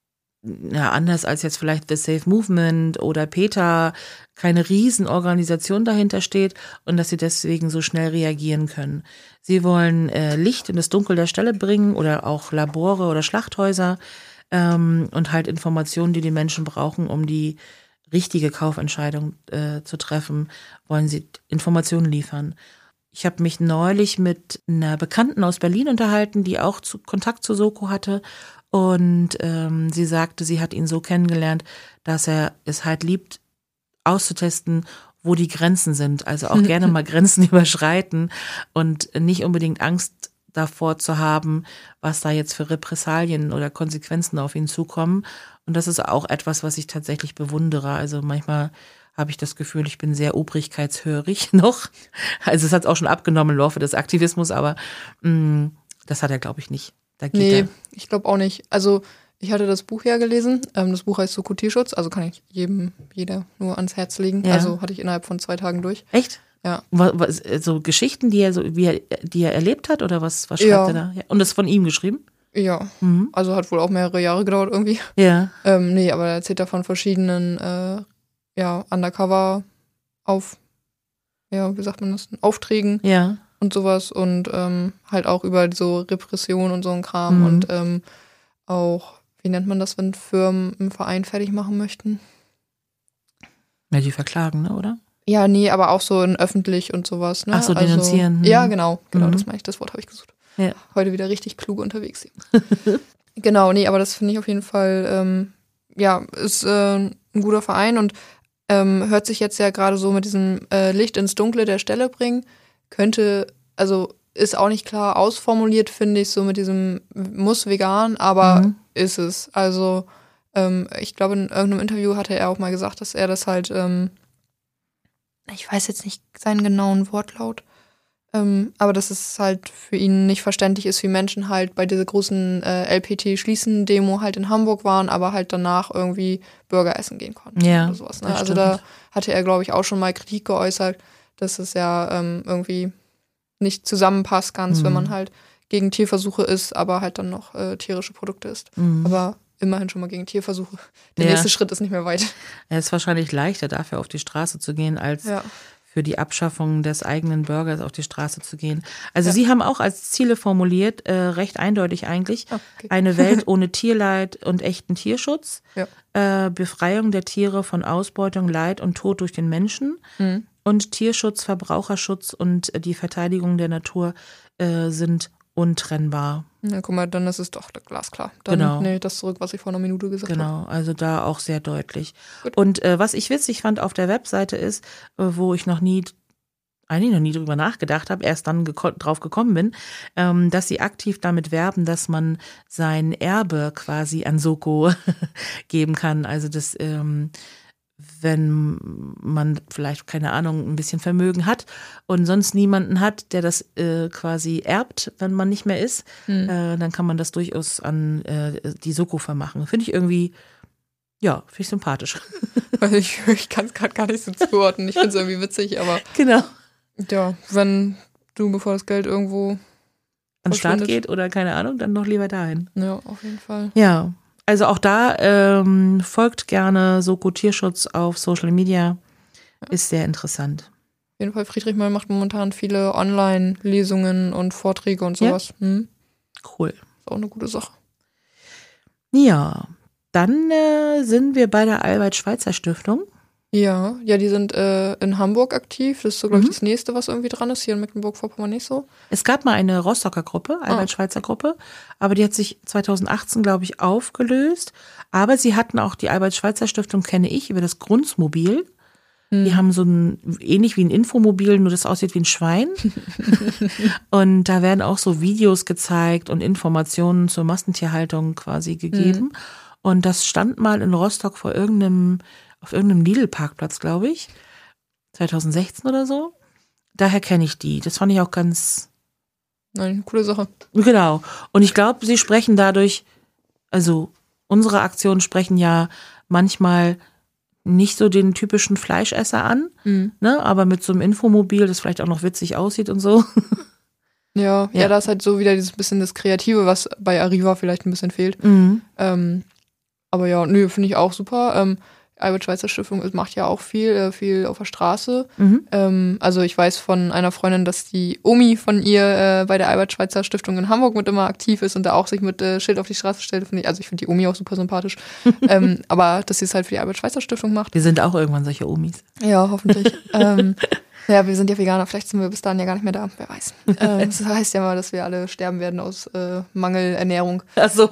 ja, anders als jetzt vielleicht The Safe Movement oder PETA, keine Riesenorganisation dahinter steht und dass sie deswegen so schnell reagieren können. Sie wollen Licht in das Dunkel der Stelle bringen oder auch Labore oder Schlachthäuser und halt Informationen, die die Menschen brauchen, um die richtige Kaufentscheidung zu treffen, wollen sie Informationen liefern. Ich habe mich neulich mit einer Bekannten aus Berlin unterhalten, die auch Kontakt zu Soko hatte. Und sie sagte, sie hat ihn so kennengelernt, dass er es halt liebt, auszutesten, wo die Grenzen sind. Also auch gerne mal Grenzen überschreiten und nicht unbedingt Angst davor zu haben, was da jetzt für Repressalien oder Konsequenzen auf ihn zukommen. Und das ist auch etwas, was ich tatsächlich bewundere. Also manchmal habe ich das Gefühl, ich bin sehr obrigkeitshörig noch. Also es hat auch schon abgenommen im Laufe des Aktivismus, aber das hat er, glaube ich, nicht. Da geht ich glaube auch nicht. Also ich hatte das Buch ja gelesen. Das Buch heißt Soko Tierschutz, also kann ich jeder nur ans Herz legen. Ja. Also hatte ich innerhalb von 2 Tagen durch. Echt? Ja. So Geschichten, die er erlebt hat oder was schreibt er da? Ja. Und das ist von ihm geschrieben? Ja, also hat wohl auch mehrere Jahre gedauert irgendwie. Ja. Nee, aber er erzählt da von verschiedenen Undercover wie sagt man das? Aufträgen. Ja. Und sowas und halt auch über so Repression und so ein Kram und auch, wie nennt man das, wenn Firmen einen Verein fertig machen möchten? Ja, die verklagen, ne, oder? Ja, nee, aber auch so in öffentlich und sowas, ne? Ach so, denunzieren. Ja, genau, das meine ich, das Wort habe ich gesucht. Ja. Heute wieder richtig klug unterwegs. Genau, nee, aber das finde ich auf jeden Fall, ist ein guter Verein und hört sich jetzt ja gerade so mit diesem Licht ins Dunkle der Stelle bringen, ist auch nicht klar ausformuliert, finde ich, so mit diesem muss vegan, aber ist es. Also ich glaube, in irgendeinem Interview hatte er auch mal gesagt, dass er das halt, ich weiß jetzt nicht seinen genauen Wortlaut, aber dass es halt für ihn nicht verständlich ist, wie Menschen halt bei dieser großen LPT-Schließen-Demo halt in Hamburg waren, aber halt danach irgendwie Burger essen gehen konnten oder sowas. Ne? Also da hatte er, glaube ich, auch schon mal Kritik geäußert, dass es ja irgendwie nicht zusammenpasst ganz, wenn man halt gegen Tierversuche isst, aber halt dann noch tierische Produkte isst. Aber immerhin schon mal gegen Tierversuche. Der nächste Schritt ist nicht mehr weit. Es ist wahrscheinlich leichter, dafür auf die Straße zu gehen, als für die Abschaffung des eigenen Burgers auf die Straße zu gehen. Also sie haben auch als Ziele formuliert, recht eindeutig eigentlich, eine Welt ohne Tierleid und echten Tierschutz, Befreiung der Tiere von Ausbeutung, Leid und Tod durch den Menschen und Tierschutz, Verbraucherschutz und die Verteidigung der Natur sind untrennbar. Ja, guck mal, dann ist es doch glasklar. Dann nehme ich das zurück, was ich vor einer Minute gesagt habe. Genau, also da auch sehr deutlich. Gut. Und was ich witzig fand auf der Webseite ist, wo ich noch nie drüber nachgedacht habe, erst dann drauf gekommen bin, dass sie aktiv damit werben, dass man sein Erbe quasi an Soko geben kann. Also das wenn man vielleicht, keine Ahnung, ein bisschen Vermögen hat und sonst niemanden hat, der das quasi erbt, wenn man nicht mehr ist, dann kann man das durchaus an die Soko vermachen. Finde ich irgendwie, finde ich sympathisch. Also ich kann es gerade gar nicht so zuordnen. Ich finde es irgendwie witzig, aber genau. Ja, wenn du, bevor das Geld irgendwo an den Start geht oder keine Ahnung, dann noch lieber dahin. Ja, auf jeden Fall. Ja. Also auch da folgt gerne Soko Tierschutz auf Social Media. Ist sehr interessant. Auf jeden Fall, Friedrich Möll macht momentan viele Online-Lesungen und Vorträge und sowas. Ja? Cool. Ist auch eine gute Sache. Ja, dann sind wir bei der Albert-Schweitzer-Stiftung. Ja, die sind in Hamburg aktiv. Das ist so, glaube ich, das nächste, was irgendwie dran ist. Hier in Mecklenburg-Vorpommern nicht so. Es gab mal eine Rostocker Gruppe, Albert-Schweitzer-Gruppe, aber die hat sich 2018, glaube ich, aufgelöst. Aber sie hatten auch die Albert-Schweitzer-Stiftung, kenne ich, über das Grundsmobil. Die haben so ähnlich wie ein Infomobil, nur das aussieht wie ein Schwein. Und da werden auch so Videos gezeigt und Informationen zur Massentierhaltung quasi gegeben. Und das stand mal in Rostock auf irgendeinem Lidl-Parkplatz, glaube ich, 2016 oder so. Daher kenne ich die. Das fand ich auch ganz... Nein, coole Sache. Genau. Und ich glaube, sie sprechen dadurch, also unsere Aktionen sprechen ja manchmal nicht so den typischen Fleischesser an, ne? Aber mit so einem Infomobil, das vielleicht auch noch witzig aussieht und so. Ja, da ist halt so wieder dieses bisschen das Kreative, was bei Arriva vielleicht ein bisschen fehlt. Aber ja, finde ich auch super. Albert-Schweitzer-Stiftung macht ja auch viel auf der Straße. Also ich weiß von einer Freundin, dass die Omi von ihr bei der Albert-Schweitzer-Stiftung in Hamburg mit immer aktiv ist und da auch sich mit Schild auf die Straße stellt. Ich finde die Omi auch super sympathisch. Aber dass sie es halt für die Albert-Schweitzer-Stiftung macht. Wir sind auch irgendwann solche Omis. Ja, hoffentlich. Ja, wir sind ja Veganer, vielleicht sind wir bis dahin ja gar nicht mehr da, wer weiß. Das heißt ja mal, dass wir alle sterben werden aus Mangelernährung. Ach so.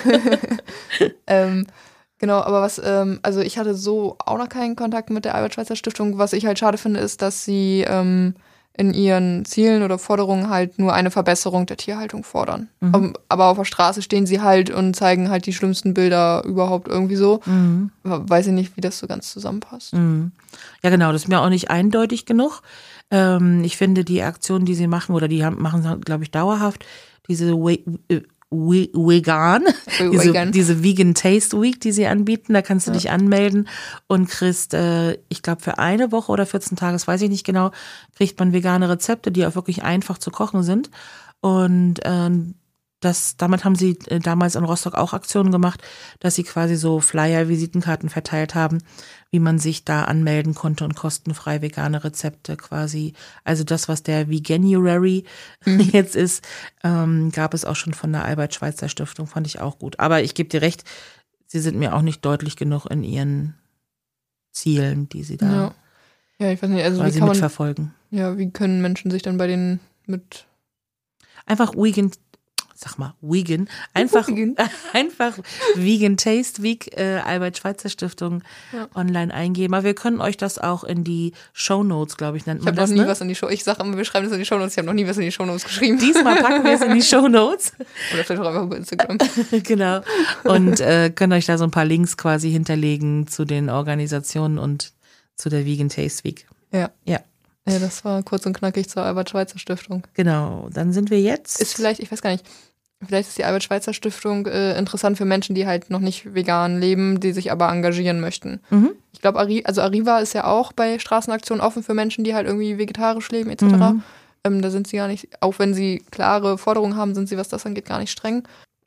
Genau, aber also ich hatte so auch noch keinen Kontakt mit der Albert-Schweitzer-Stiftung. Was ich halt schade finde, ist, dass sie in ihren Zielen oder Forderungen halt nur eine Verbesserung der Tierhaltung fordern. Aber auf der Straße stehen sie halt und zeigen halt die schlimmsten Bilder überhaupt irgendwie so. Weiß ich nicht, wie das so ganz zusammenpasst. Ja, genau, das ist mir auch nicht eindeutig genug. Ich finde die Aktionen, die sie machen, oder machen sie, glaube ich, dauerhaft, diese Vegan, diese Vegan Taste Week, die sie anbieten, da kannst du dich anmelden und kriegst, ich glaube für eine Woche oder 14 Tage, das weiß ich nicht genau, kriegt man vegane Rezepte, die auch wirklich einfach zu kochen sind. Und damit haben sie damals in Rostock auch Aktionen gemacht, dass sie quasi so Flyer, Visitenkarten verteilt haben, wie man sich da anmelden konnte und kostenfrei vegane Rezepte quasi. Also das, was der Veganuary jetzt ist, gab es auch schon von der Albert-Schweitzer-Stiftung, fand ich auch gut. Aber ich gebe dir recht, sie sind mir auch nicht deutlich genug in ihren Zielen, die sie da ich weiß nicht, also quasi mitverfolgen. Ja, wie können Menschen sich dann bei denen mit... Einfach vegan, einfach Vegan Taste Week, Albert-Schweitzer-Stiftung online eingeben. Aber wir können euch das auch in die Shownotes, glaube ich, nennt man das. Ich habe noch nie was in die Show. Ich sage immer, wir schreiben das in die Shownotes. Ich habe noch nie was in die Shownotes geschrieben. Diesmal packen wir es in die Shownotes. Oder vielleicht auch einfach über Instagram. Genau. Und können euch da so ein paar Links quasi hinterlegen zu den Organisationen und zu der Vegan Taste Week. Ja, das war kurz und knackig zur Albert-Schweitzer-Stiftung. Genau, dann sind wir jetzt... Ist vielleicht, ich weiß gar nicht, vielleicht ist die Albert-Schweitzer-Stiftung interessant für Menschen, die halt noch nicht vegan leben, die sich aber engagieren möchten. Ich glaube, Arriva ist ja auch bei Straßenaktionen offen für Menschen, die halt irgendwie vegetarisch leben etc. Da sind sie gar nicht, auch wenn sie klare Forderungen haben, sind sie, was das angeht, gar nicht streng.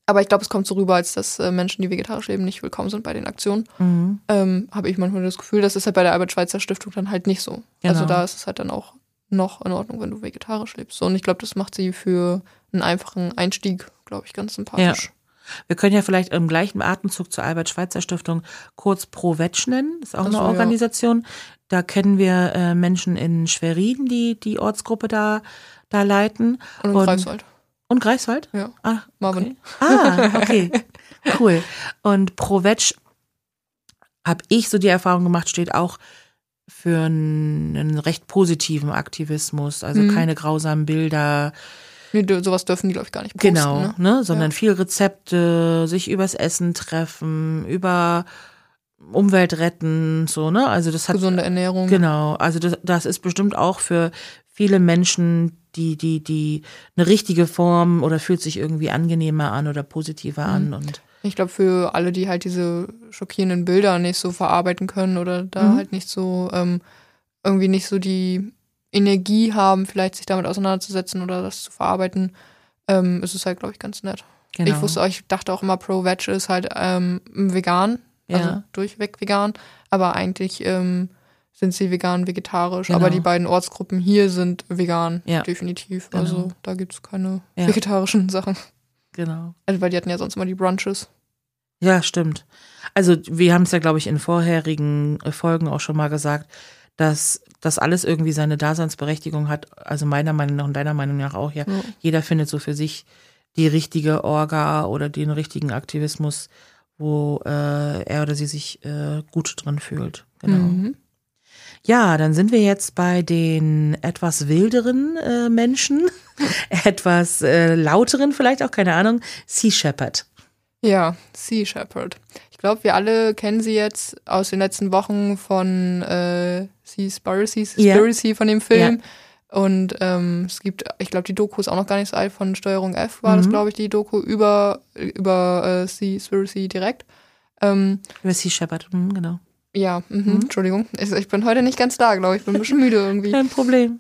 Aber ich glaube, es kommt so rüber, als dass Menschen, die vegetarisch leben, nicht willkommen sind bei den Aktionen. Habe ich manchmal das Gefühl, das ist halt bei der Albert-Schweitzer-Stiftung dann halt nicht so. Genau. Also da ist es halt dann auch noch in Ordnung, wenn du vegetarisch lebst. So, und ich glaube, das macht sie für einen einfachen Einstieg, glaube ich, ganz sympathisch. Ja. Wir können ja vielleicht im gleichen Atemzug zur Albert-Schweitzer-Stiftung kurz Pro-Veg nennen. Das ist auch eine Organisation. Ja. Da kennen wir Menschen in Schwerin, die Ortsgruppe da leiten. Und in Greifswald. Und Greifswald? Ja. Marvin. Okay. Cool. Und Pro-Veg, habe ich so die Erfahrung gemacht, steht auch für einen recht positiven Aktivismus. Also keine grausamen Bilder. Nee, sowas dürfen die, glaube ich, gar nicht posten. Genau, ne? Sondern viel Rezepte, sich übers Essen treffen, über Umwelt retten, so, ne? Also das hat gesunde Ernährung. Genau, also das ist bestimmt auch für viele Menschen, die eine richtige Form oder fühlt sich irgendwie angenehmer an oder positiver an. Und ich glaube, für alle, die halt diese schockierenden Bilder nicht so verarbeiten können oder da halt nicht so irgendwie nicht so die Energie haben, vielleicht sich damit auseinanderzusetzen oder das zu verarbeiten, ist es halt, glaube ich, ganz nett. Genau. Ich dachte auch immer, Pro-Veg ist halt vegan, also durchweg vegan, aber eigentlich sind sie vegan-vegetarisch. Genau. Aber die beiden Ortsgruppen hier sind vegan, definitiv. Genau. Also da gibt es keine vegetarischen Sachen. Genau. Also weil die hatten ja sonst immer die Brunches. Ja, stimmt. Also wir haben es ja, glaube ich, in vorherigen Folgen auch schon mal gesagt, dass das alles irgendwie seine Daseinsberechtigung hat, also meiner Meinung nach und deiner Meinung nach auch, ja. Jeder findet so für sich die richtige Orga oder den richtigen Aktivismus, wo er oder sie sich gut drin fühlt. Genau. Ja, dann sind wir jetzt bei den etwas wilderen Menschen, etwas lauteren vielleicht auch, keine Ahnung, Sea Shepherd. Ja, Sea Shepherd. Ich glaube, wir alle kennen sie jetzt aus den letzten Wochen von Seaspiracy von dem Film. Ja. Und es gibt, ich glaube, die Doku ist auch noch gar nicht so alt, von Steuerung F war das, glaube ich, die Doku über Seaspiracy direkt. Über Sea Shepherd, genau. Ja, Entschuldigung. Ich bin heute nicht ganz da, glaube ich. Ich bin ein bisschen müde irgendwie. Kein Problem.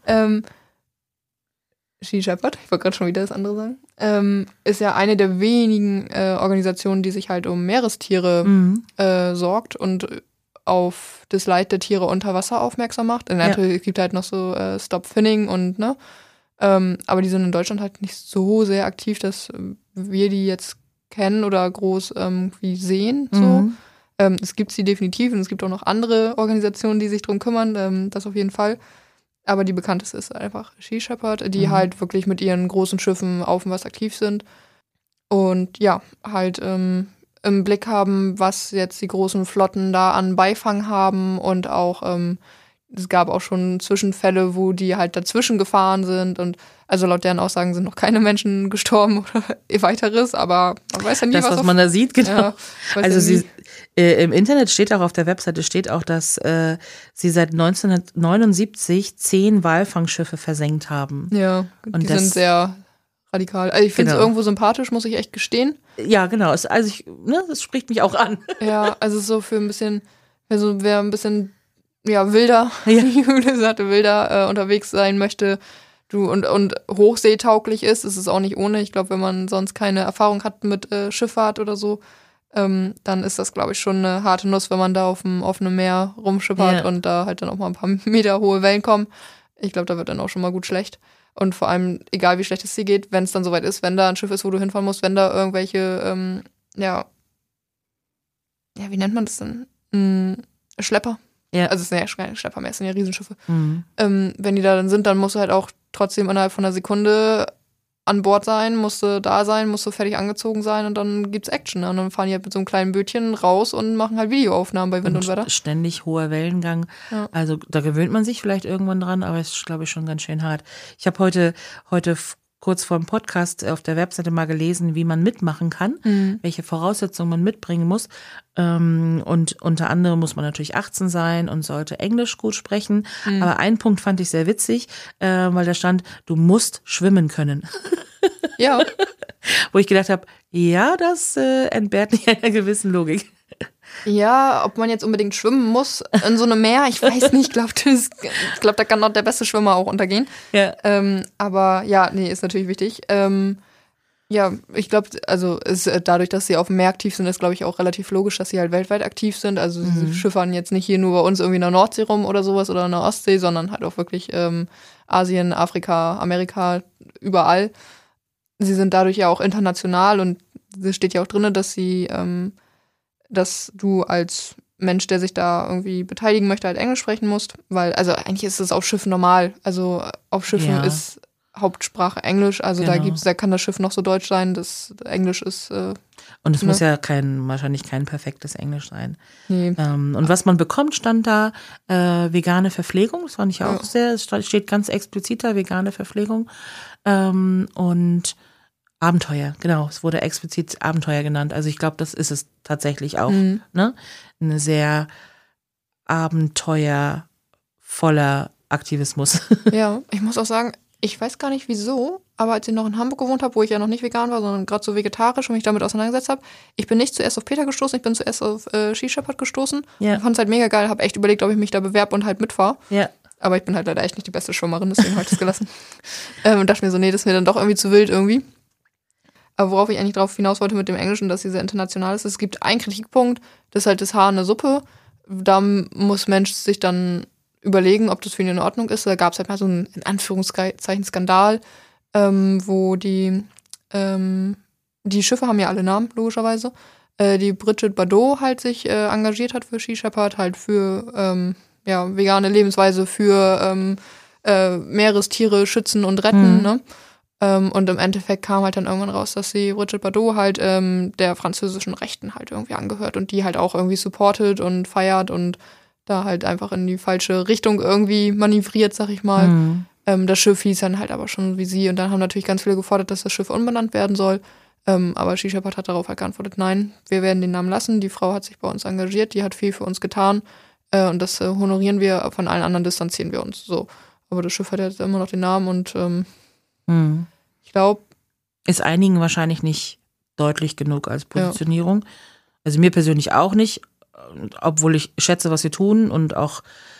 Sea Shepherd, ich wollte gerade schon wieder das andere sagen, ist ja eine der wenigen Organisationen, die sich halt um Meerestiere sorgt und auf das Leid der Tiere unter Wasser aufmerksam macht. Natürlich, es gibt halt noch so Stop Finning und ne, aber die sind in Deutschland halt nicht so sehr aktiv, dass wir die jetzt kennen oder groß irgendwie sehen. So. Es gibt sie definitiv und es gibt auch noch andere Organisationen, die sich drum kümmern, das auf jeden Fall. Aber die bekannteste ist einfach Sea Shepherd, die halt wirklich mit ihren großen Schiffen auf dem Wasser aktiv sind und ja, halt im Blick haben, was jetzt die großen Flotten da an Beifang haben und auch es gab auch schon Zwischenfälle, wo die halt dazwischen gefahren sind und also laut deren Aussagen sind noch keine Menschen gestorben oder weiteres, aber man weiß ja nie, was man da sieht, genau. Ja, also im Internet steht auch, auf der Webseite steht auch, dass sie seit 1979 10 Walfangschiffe versenkt haben. Ja, und die sind sehr radikal. Also ich finde es irgendwo sympathisch, muss ich echt gestehen. Ja, genau. Also das spricht mich auch an. Ja, also so für ein bisschen, also wer ein bisschen wilder, Jule sagte, wilder unterwegs sein möchte, und hochseetauglich ist es auch nicht ohne. Ich glaube, wenn man sonst keine Erfahrung hat mit Schifffahrt oder so, dann ist das, glaube ich, schon eine harte Nuss, wenn man da auf dem offenen Meer rumschippert und da halt dann auch mal ein paar Meter hohe Wellen kommen. Ich glaube, da wird dann auch schon mal gut schlecht. Und vor allem, egal wie schlecht es dir geht, wenn es dann soweit ist, wenn da ein Schiff ist, wo du hinfahren musst, wenn da irgendwelche, wie nennt man das denn? Schlepper. Ja. Also es sind ja keine Schlepper mehr, es sind ja Riesenschiffe. Wenn die da dann sind, dann musst du halt auch trotzdem innerhalb von einer Sekunde an Bord sein, musst du da sein, musst du fertig angezogen sein und dann gibt's Action. Ne? Und dann fahren die halt mit so einem kleinen Bötchen raus und machen halt Videoaufnahmen bei Wind und Wetter. Ständig hoher Wellengang. Ja. Also da gewöhnt man sich vielleicht irgendwann dran, aber es ist, glaube ich, schon ganz schön hart. Ich habe heute kurz vor dem Podcast auf der Webseite mal gelesen, wie man mitmachen kann, welche Voraussetzungen man mitbringen muss. Und unter anderem muss man natürlich 18 sein und sollte Englisch gut sprechen. Aber einen Punkt fand ich sehr witzig, weil da stand, du musst schwimmen können. Ja. Wo ich gedacht habe, ja, das entbehrt nicht einer gewissen Logik. Ja, ob man jetzt unbedingt schwimmen muss in so einem Meer, ich weiß nicht. Ich glaube, da kann noch der beste Schwimmer auch untergehen. Ja. Aber ja, nee, ist natürlich wichtig. Ja, ich glaube, also dadurch, dass sie auf dem Meer aktiv sind, ist, glaube ich, auch relativ logisch, dass sie halt weltweit aktiv sind. Also sie schiffern jetzt nicht hier nur bei uns irgendwie in der Nordsee rum oder sowas oder in der Ostsee, sondern halt auch wirklich Asien, Afrika, Amerika, überall. Sie sind dadurch ja auch international und es steht ja auch drin, dass dass du als Mensch, der sich da irgendwie beteiligen möchte, halt Englisch sprechen musst. Weil, also eigentlich ist es auf Schiffen normal. Also auf Schiffen ist Hauptsprache Englisch, also da kann das Schiff noch so deutsch sein, das Englisch ist. Und es muss ja wahrscheinlich kein perfektes Englisch sein. Nee. Und was man bekommt, stand da vegane Verpflegung, das fand ich auch es steht ganz explizit da, vegane Verpflegung. Und Abenteuer, genau, es wurde explizit Abenteuer genannt. Also ich glaube, das ist es tatsächlich auch. Ne? Eine sehr abenteuervoller Aktivismus. Ja, ich muss auch sagen, ich weiß gar nicht wieso, aber als ich noch in Hamburg gewohnt habe, wo ich ja noch nicht vegan war, sondern gerade so vegetarisch und mich damit auseinandergesetzt habe, ich bin nicht zuerst auf Peter gestoßen, ich bin zuerst auf Sea Shepherd gestoßen. Ja. Ich fand es halt mega geil, habe echt überlegt, ob ich mich da bewerbe und halt mitfahre. Ja. Aber ich bin halt leider echt nicht die beste Schwimmerin, deswegen habe ich das gelassen. Und dachte mir so, nee, das ist mir dann doch irgendwie zu wild irgendwie. Aber worauf ich eigentlich drauf hinaus wollte mit dem Englischen, dass sie sehr international ist, es gibt einen Kritikpunkt, das ist halt das Haar in der Suppe. Da muss Mensch sich dann überlegen, ob das für ihn in Ordnung ist. Da gab es halt mal so einen, in Anführungszeichen, Skandal, wo die Schiffe haben ja alle Namen, logischerweise, die Bridget Bardot halt sich engagiert hat für Sea Shepherd, halt für vegane Lebensweise, für Meerestiere schützen und retten, ne? Und im Endeffekt kam halt dann irgendwann raus, dass sie Bridget Bardot halt der französischen Rechten halt irgendwie angehört und die halt auch irgendwie supportet und feiert und da halt einfach in die falsche Richtung irgendwie manövriert, sag ich mal. Das Schiff hieß dann halt aber schon wie sie und dann haben natürlich ganz viele gefordert, dass das Schiff umbenannt werden soll. Aber Sea Shepherd hat darauf halt geantwortet, nein, wir werden den Namen lassen. Die Frau hat sich bei uns engagiert, die hat viel für uns getan und das honorieren wir, von allen anderen distanzieren wir uns. So. Aber das Schiff hat jetzt immer noch den Namen und ich glaube... Ist einigen wahrscheinlich nicht deutlich genug als Positionierung. Ja. Also mir persönlich auch nicht, obwohl ich schätze, was sie tun und auch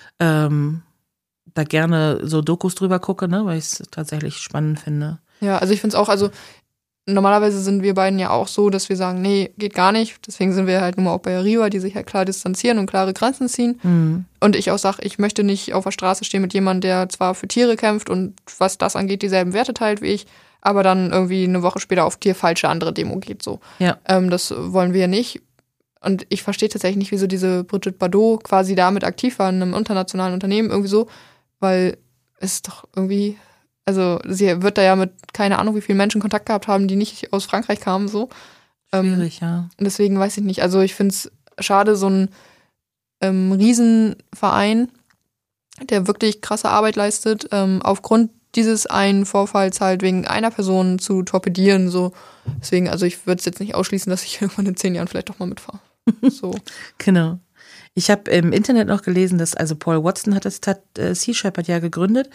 da gerne so Dokus drüber gucke, ne, weil ich es tatsächlich spannend finde. Ja, also ich finde es auch, also normalerweise sind wir beiden ja auch so, dass wir sagen, nee, geht gar nicht. Deswegen sind wir halt nun mal auch bei Arriva, die sich halt klar distanzieren und klare Grenzen ziehen. Und ich auch sage, ich möchte nicht auf der Straße stehen mit jemandem, der zwar für Tiere kämpft und was das angeht, dieselben Werte teilt wie ich, aber dann irgendwie eine Woche später auf tierfalsche andere Demo geht. So. Ja. Das wollen wir ja nicht. Und ich verstehe tatsächlich nicht, wieso diese Bridget Bardot quasi damit aktiv war in einem internationalen Unternehmen irgendwie so, weil es doch irgendwie, also sie wird da ja mit keine Ahnung wie vielen Menschen Kontakt gehabt haben, die nicht aus Frankreich kamen, so. Schwierig, ja. Und deswegen weiß ich nicht, also ich finde es schade, so ein Riesenverein, der wirklich krasse Arbeit leistet, aufgrund dieses einen Vorfalls halt wegen einer Person zu torpedieren, so. Deswegen, also ich würde es jetzt nicht ausschließen, dass ich irgendwann in 10 Jahren vielleicht doch mal mitfahre. So. Genau. Ich habe im Internet noch gelesen, dass also Paul Watson hat Sea Shepherd ja gegründet,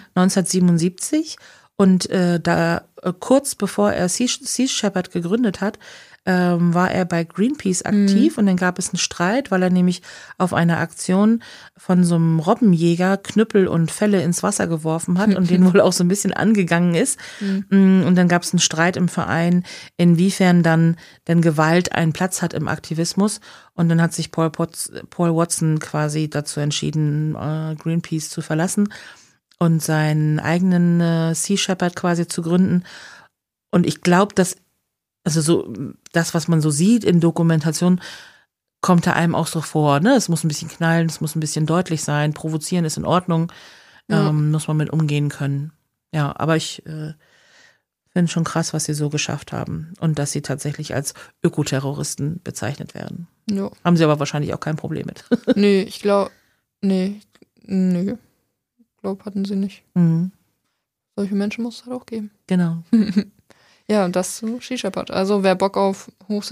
1977. Und kurz bevor er Sea Shepherd gegründet hat, war er bei Greenpeace aktiv und dann gab es einen Streit, weil er nämlich auf einer Aktion von so einem Robbenjäger Knüppel und Felle ins Wasser geworfen hat und den wohl auch so ein bisschen angegangen ist. Und dann gab es einen Streit im Verein, inwiefern dann denn Gewalt einen Platz hat im Aktivismus. Und dann hat sich Paul Watson quasi dazu entschieden, Greenpeace zu verlassen und seinen eigenen Sea Shepherd quasi zu gründen. Und ich glaube, dass also so das, was man so sieht in Dokumentation, kommt da einem auch so vor. Ne? Es muss ein bisschen knallen, es muss ein bisschen deutlich sein. Provozieren ist in Ordnung, muss man mit umgehen können. Ja, aber ich finde schon krass, was sie so geschafft haben und dass sie tatsächlich als Ökoterroristen bezeichnet werden. Ja. Haben sie aber wahrscheinlich auch kein Problem mit. Nee, ich glaube, nee. Ich glaube, hatten sie nicht. Solche Menschen muss es halt auch geben. Genau. Ja, und das zu Sea Shepherd. Also wer Bock auf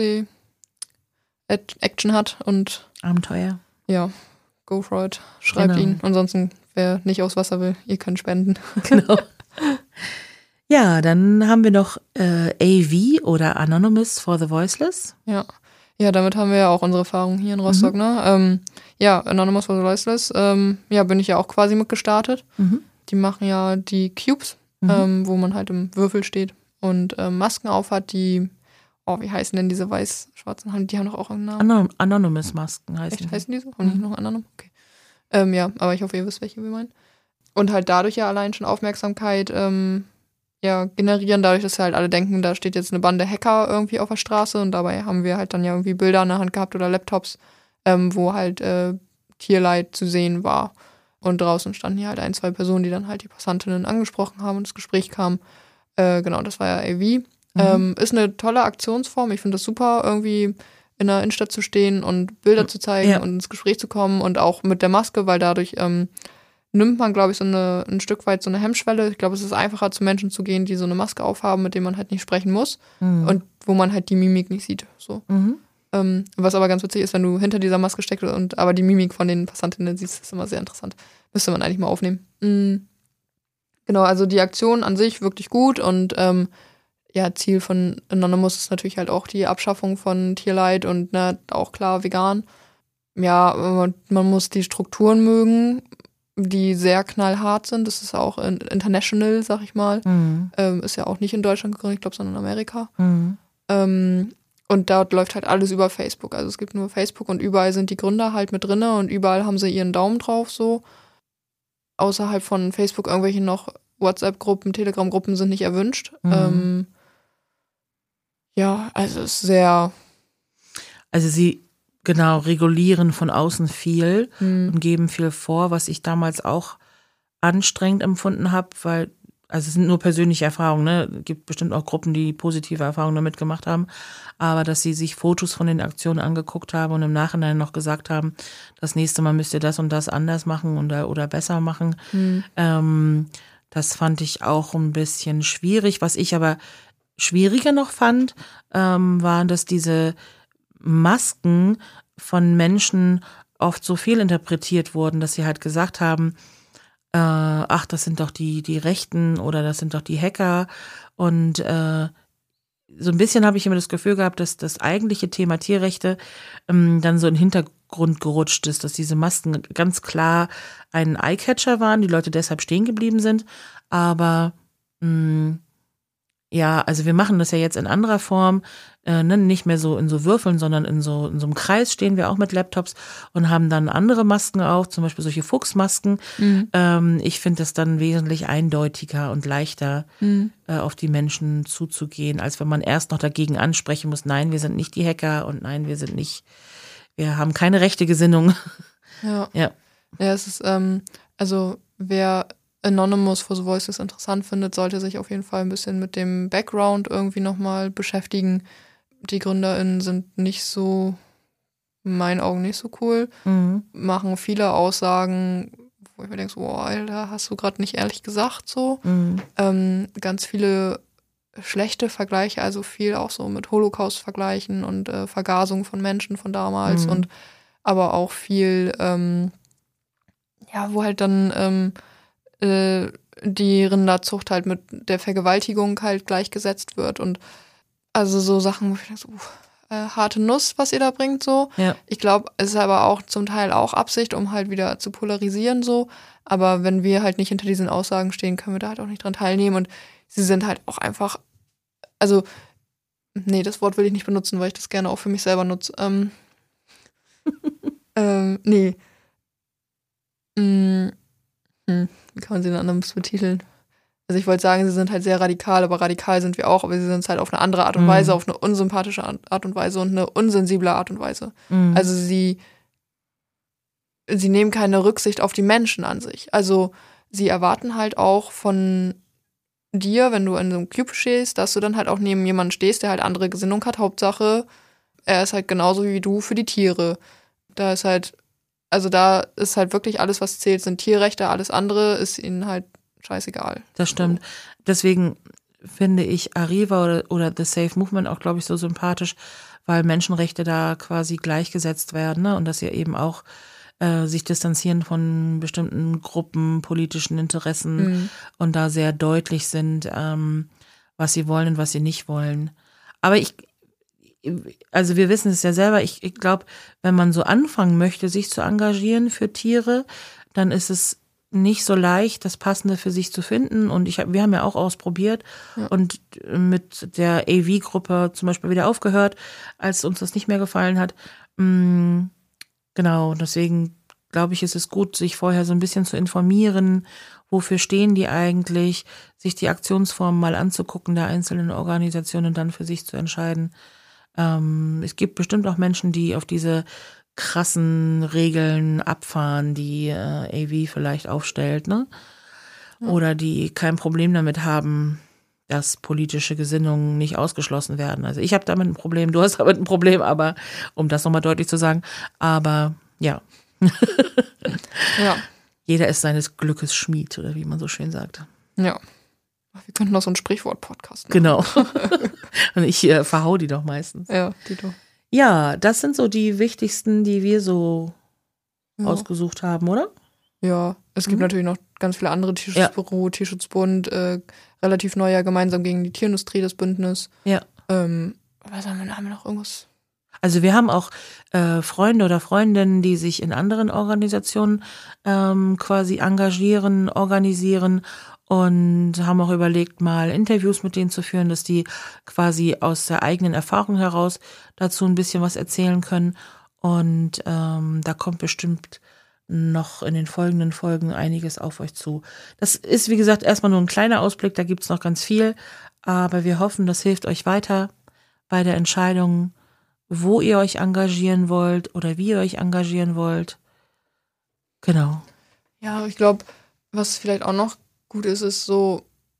Hochsee-Action hat und Abenteuer. Ja, go for it. Schreibt ihn. Ansonsten, wer nicht aufs Wasser will, ihr könnt spenden. Genau. Ja, dann haben wir noch AV oder Anonymous for the Voiceless. Ja, damit haben wir ja auch unsere Erfahrung hier in Rostock. Ne? Anonymous for the Voiceless, bin ich ja auch quasi mitgestartet. Die machen ja die Cubes, wo man halt im Würfel steht und Masken aufhat, die, wie heißen denn diese weiß-schwarzen? Die haben doch auch einen Namen. Anonymous-Masken heißen Echt, heißen die so? Haben die noch einen anderen? Okay. Ja, aber ich hoffe, ihr wisst, welche wir meinen. Und halt dadurch ja allein schon Aufmerksamkeit generieren, dadurch, dass halt alle denken, da steht jetzt eine Bande Hacker irgendwie auf der Straße und dabei haben wir halt dann ja irgendwie Bilder in der Hand gehabt oder Laptops, wo halt Tierleid zu sehen war. Und draußen standen hier halt 1, 2 Personen, die dann halt die Passantinnen angesprochen haben und das Gespräch kam. Genau, das war ja AV. Ist eine tolle Aktionsform. Ich finde das super, irgendwie in der Innenstadt zu stehen und Bilder zu zeigen und ins Gespräch zu kommen und auch mit der Maske, weil dadurch nimmt man, glaube ich, ein Stück weit so eine Hemmschwelle. Ich glaube, es ist einfacher, zu Menschen zu gehen, die so eine Maske aufhaben, mit denen man halt nicht sprechen muss und wo man halt die Mimik nicht sieht. So. Was aber ganz witzig ist, wenn du hinter dieser Maske steckst und aber die Mimik von den Passantinnen siehst, ist immer sehr interessant. Müsste man eigentlich mal aufnehmen. Genau, also die Aktion an sich wirklich gut und Ziel von Anonymous ist natürlich halt auch die Abschaffung von Tierleid und auch klar vegan. Ja, man muss die Strukturen mögen, die sehr knallhart sind. Das ist auch international, sag ich mal. Ist ja auch nicht in Deutschland gegründet, ich glaube, sondern in Amerika. Und dort läuft halt alles über Facebook. Also es gibt nur Facebook und überall sind die Gründer halt mit drinne und überall haben sie ihren Daumen drauf so. Außerhalb von Facebook irgendwelche noch WhatsApp-Gruppen, Telegram-Gruppen sind nicht erwünscht. Also es ist sehr... Also sie regulieren von außen viel und geben viel vor, was ich damals auch anstrengend empfunden habe, weil, also es sind nur persönliche Erfahrungen, ne? Es gibt bestimmt auch Gruppen, die positive Erfahrungen damit gemacht haben, aber dass sie sich Fotos von den Aktionen angeguckt haben und im Nachhinein noch gesagt haben, das nächste Mal müsst ihr das und das anders machen oder besser machen. Das fand ich auch ein bisschen schwierig. Was ich aber schwieriger noch fand, waren, dass diese Masken von Menschen oft so fehlinterpretiert wurden, dass sie halt gesagt haben, das sind doch die Rechten oder das sind doch die Hacker. Und so ein bisschen habe ich immer das Gefühl gehabt, dass das eigentliche Thema Tierrechte dann so in den Hintergrund gerutscht ist, dass diese Masken ganz klar ein Eyecatcher waren, die Leute deshalb stehen geblieben sind. Aber also wir machen das ja jetzt in anderer Form, nicht mehr so in so Würfeln, sondern in so einem Kreis stehen wir auch mit Laptops und haben dann andere Masken auf, zum Beispiel solche Fuchsmasken. Ich finde das dann wesentlich eindeutiger und leichter, auf die Menschen zuzugehen, als wenn man erst noch dagegen ansprechen muss, nein, wir sind nicht die Hacker und nein, wir haben keine rechte Gesinnung. Ja, es ist, wer Anonymous for the Voices interessant findet, sollte sich auf jeden Fall ein bisschen mit dem Background irgendwie nochmal beschäftigen. Die GründerInnen sind nicht so, in meinen Augen nicht so cool, machen viele Aussagen, wo ich mir denke, so, Alter, hast du gerade nicht ehrlich gesagt so. Ganz viele schlechte Vergleiche, also viel auch so mit Holocaust vergleichen und Vergasung von Menschen von damals und aber auch viel, wo halt dann die Rinderzucht halt mit der Vergewaltigung halt gleichgesetzt wird und also so Sachen, wo ich denke, so, harte Nuss, was ihr da bringt, so. Ja. Ich glaube, es ist aber auch zum Teil auch Absicht, um halt wieder zu polarisieren, so. Aber wenn wir halt nicht hinter diesen Aussagen stehen, können wir da halt auch nicht dran teilnehmen und sie sind halt auch einfach, also, nee, das Wort will ich nicht benutzen, weil ich das gerne auch für mich selber nutze. Nee. Wie kann man sie denn anders betiteln? Also ich wollte sagen, sie sind halt sehr radikal, aber radikal sind wir auch, aber sie sind es halt auf eine andere Art und Weise, auf eine unsympathische Art und Weise und eine unsensible Art und Weise. Also sie nehmen keine Rücksicht auf die Menschen an sich. Also sie erwarten halt auch von dir, wenn du in so einem Cube stehst, dass du dann halt auch neben jemandem stehst, der halt andere Gesinnung hat. Hauptsache, er ist halt genauso wie du für die Tiere. Da ist halt wirklich alles, was zählt, sind Tierrechte, alles andere ist ihnen halt scheißegal. Das stimmt. So. Deswegen finde ich Arriva oder The Safe Movement auch, glaube ich, so sympathisch, weil Menschenrechte da quasi gleichgesetzt werden, ne? Und dass sie eben auch sich distanzieren von bestimmten Gruppen, politischen Interessen und da sehr deutlich sind, was sie wollen und was sie nicht wollen. Aber also wir wissen es ja selber, ich glaube, wenn man so anfangen möchte, sich zu engagieren für Tiere, dann ist es nicht so leicht, das Passende für sich zu finden. Und wir haben ja auch ausprobiert und mit der AV-Gruppe zum Beispiel wieder aufgehört, als uns das nicht mehr gefallen hat. Genau, deswegen glaube ich, ist es gut, sich vorher so ein bisschen zu informieren, wofür stehen die eigentlich, sich die Aktionsformen mal anzugucken der einzelnen Organisationen und dann für sich zu entscheiden. Es gibt bestimmt auch Menschen, die auf diese krassen Regeln abfahren, die AV vielleicht aufstellt, ne? Oder die kein Problem damit haben, dass politische Gesinnungen nicht ausgeschlossen werden. Also ich habe damit ein Problem, du hast damit ein Problem, aber um das nochmal deutlich zu sagen, aber ja. Ja. Jeder ist seines Glückes Schmied, oder wie man so schön sagt. Ja. Wir könnten noch so ein Sprichwort-Podcast machen. Genau. Und ich verhau die doch meistens. Ja, die doch. Ja, das sind so die wichtigsten, die wir so ausgesucht haben, oder? Ja, es gibt natürlich noch ganz viele andere, Tierschutzbüro, Tierschutzbund, relativ neu, ja, gemeinsam gegen die Tierindustrie, das Bündnis. Ja. Was haben wir noch irgendwas? Also wir haben auch Freunde oder Freundinnen, die sich in anderen Organisationen quasi engagieren, organisieren und haben auch überlegt, mal Interviews mit denen zu führen, dass die quasi aus der eigenen Erfahrung heraus dazu ein bisschen was erzählen können. Und da kommt bestimmt noch in den folgenden Folgen einiges auf euch zu. Das ist, wie gesagt, erstmal nur ein kleiner Ausblick, da gibt's noch ganz viel, aber wir hoffen, das hilft euch weiter bei der Entscheidung, wo ihr euch engagieren wollt oder wie ihr euch engagieren wollt. Genau. Ja, ich glaube, was vielleicht auch noch gut ist, ist so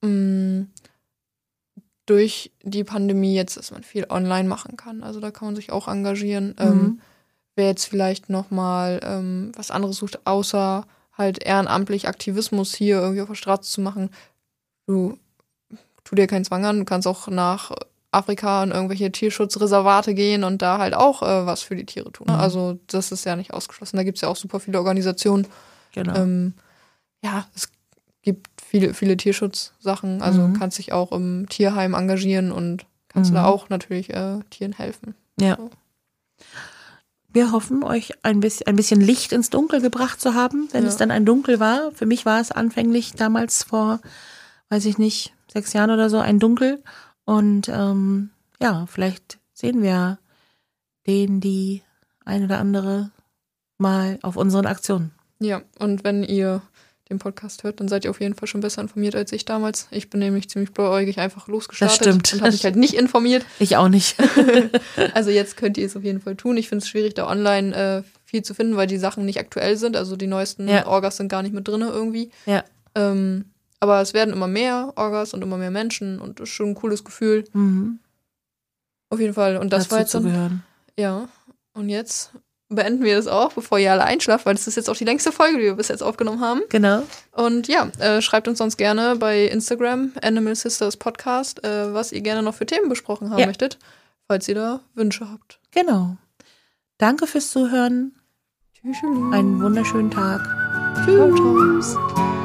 durch die Pandemie jetzt, dass man viel online machen kann. Also da kann man sich auch engagieren. Wer jetzt vielleicht nochmal was anderes sucht, außer halt ehrenamtlich Aktivismus hier irgendwie auf der Straße zu machen, tu dir keinen Zwang an. Du kannst auch nach Afrika in irgendwelche Tierschutzreservate gehen und da halt auch was für die Tiere tun. Also das ist ja nicht ausgeschlossen. Da gibt es ja auch super viele Organisationen. Genau. Ja, es gibt viele Tierschutzsachen. Also kannst dich auch im Tierheim engagieren und kannst da auch natürlich Tieren helfen. Ja. So. Wir hoffen, euch ein bisschen Licht ins Dunkel gebracht zu haben, wenn es dann ein Dunkel war. Für mich war es anfänglich damals vor, weiß ich nicht, 6 Jahren oder so, ein Dunkel. Und vielleicht sehen wir die ein oder andere mal auf unseren Aktionen. Ja, und wenn ihr den Podcast hört, dann seid ihr auf jeden Fall schon besser informiert als ich damals. Ich bin nämlich ziemlich blauäugig einfach losgestartet. Das stimmt. Und habe mich halt nicht informiert. Ich auch nicht. Also jetzt könnt ihr es auf jeden Fall tun. Ich finde es schwierig, da online viel zu finden, weil die Sachen nicht aktuell sind. Also die neuesten Orgas sind gar nicht mit drin irgendwie. Ja. Aber es werden immer mehr Orgas und immer mehr Menschen und das ist schon ein cooles Gefühl. Auf jeden Fall. Und das dazu war jetzt dann. gehören. Ja. Und jetzt beenden wir es auch, bevor ihr alle einschlaft, weil das ist jetzt auch die längste Folge, die wir bis jetzt aufgenommen haben. Genau. Und ja, schreibt uns sonst gerne bei Instagram, Animal Sisters Podcast, was ihr gerne noch für Themen besprochen haben möchtet, falls ihr da Wünsche habt. Genau. Danke fürs Zuhören. Tschüss. Einen wunderschönen Tag. Tschüss.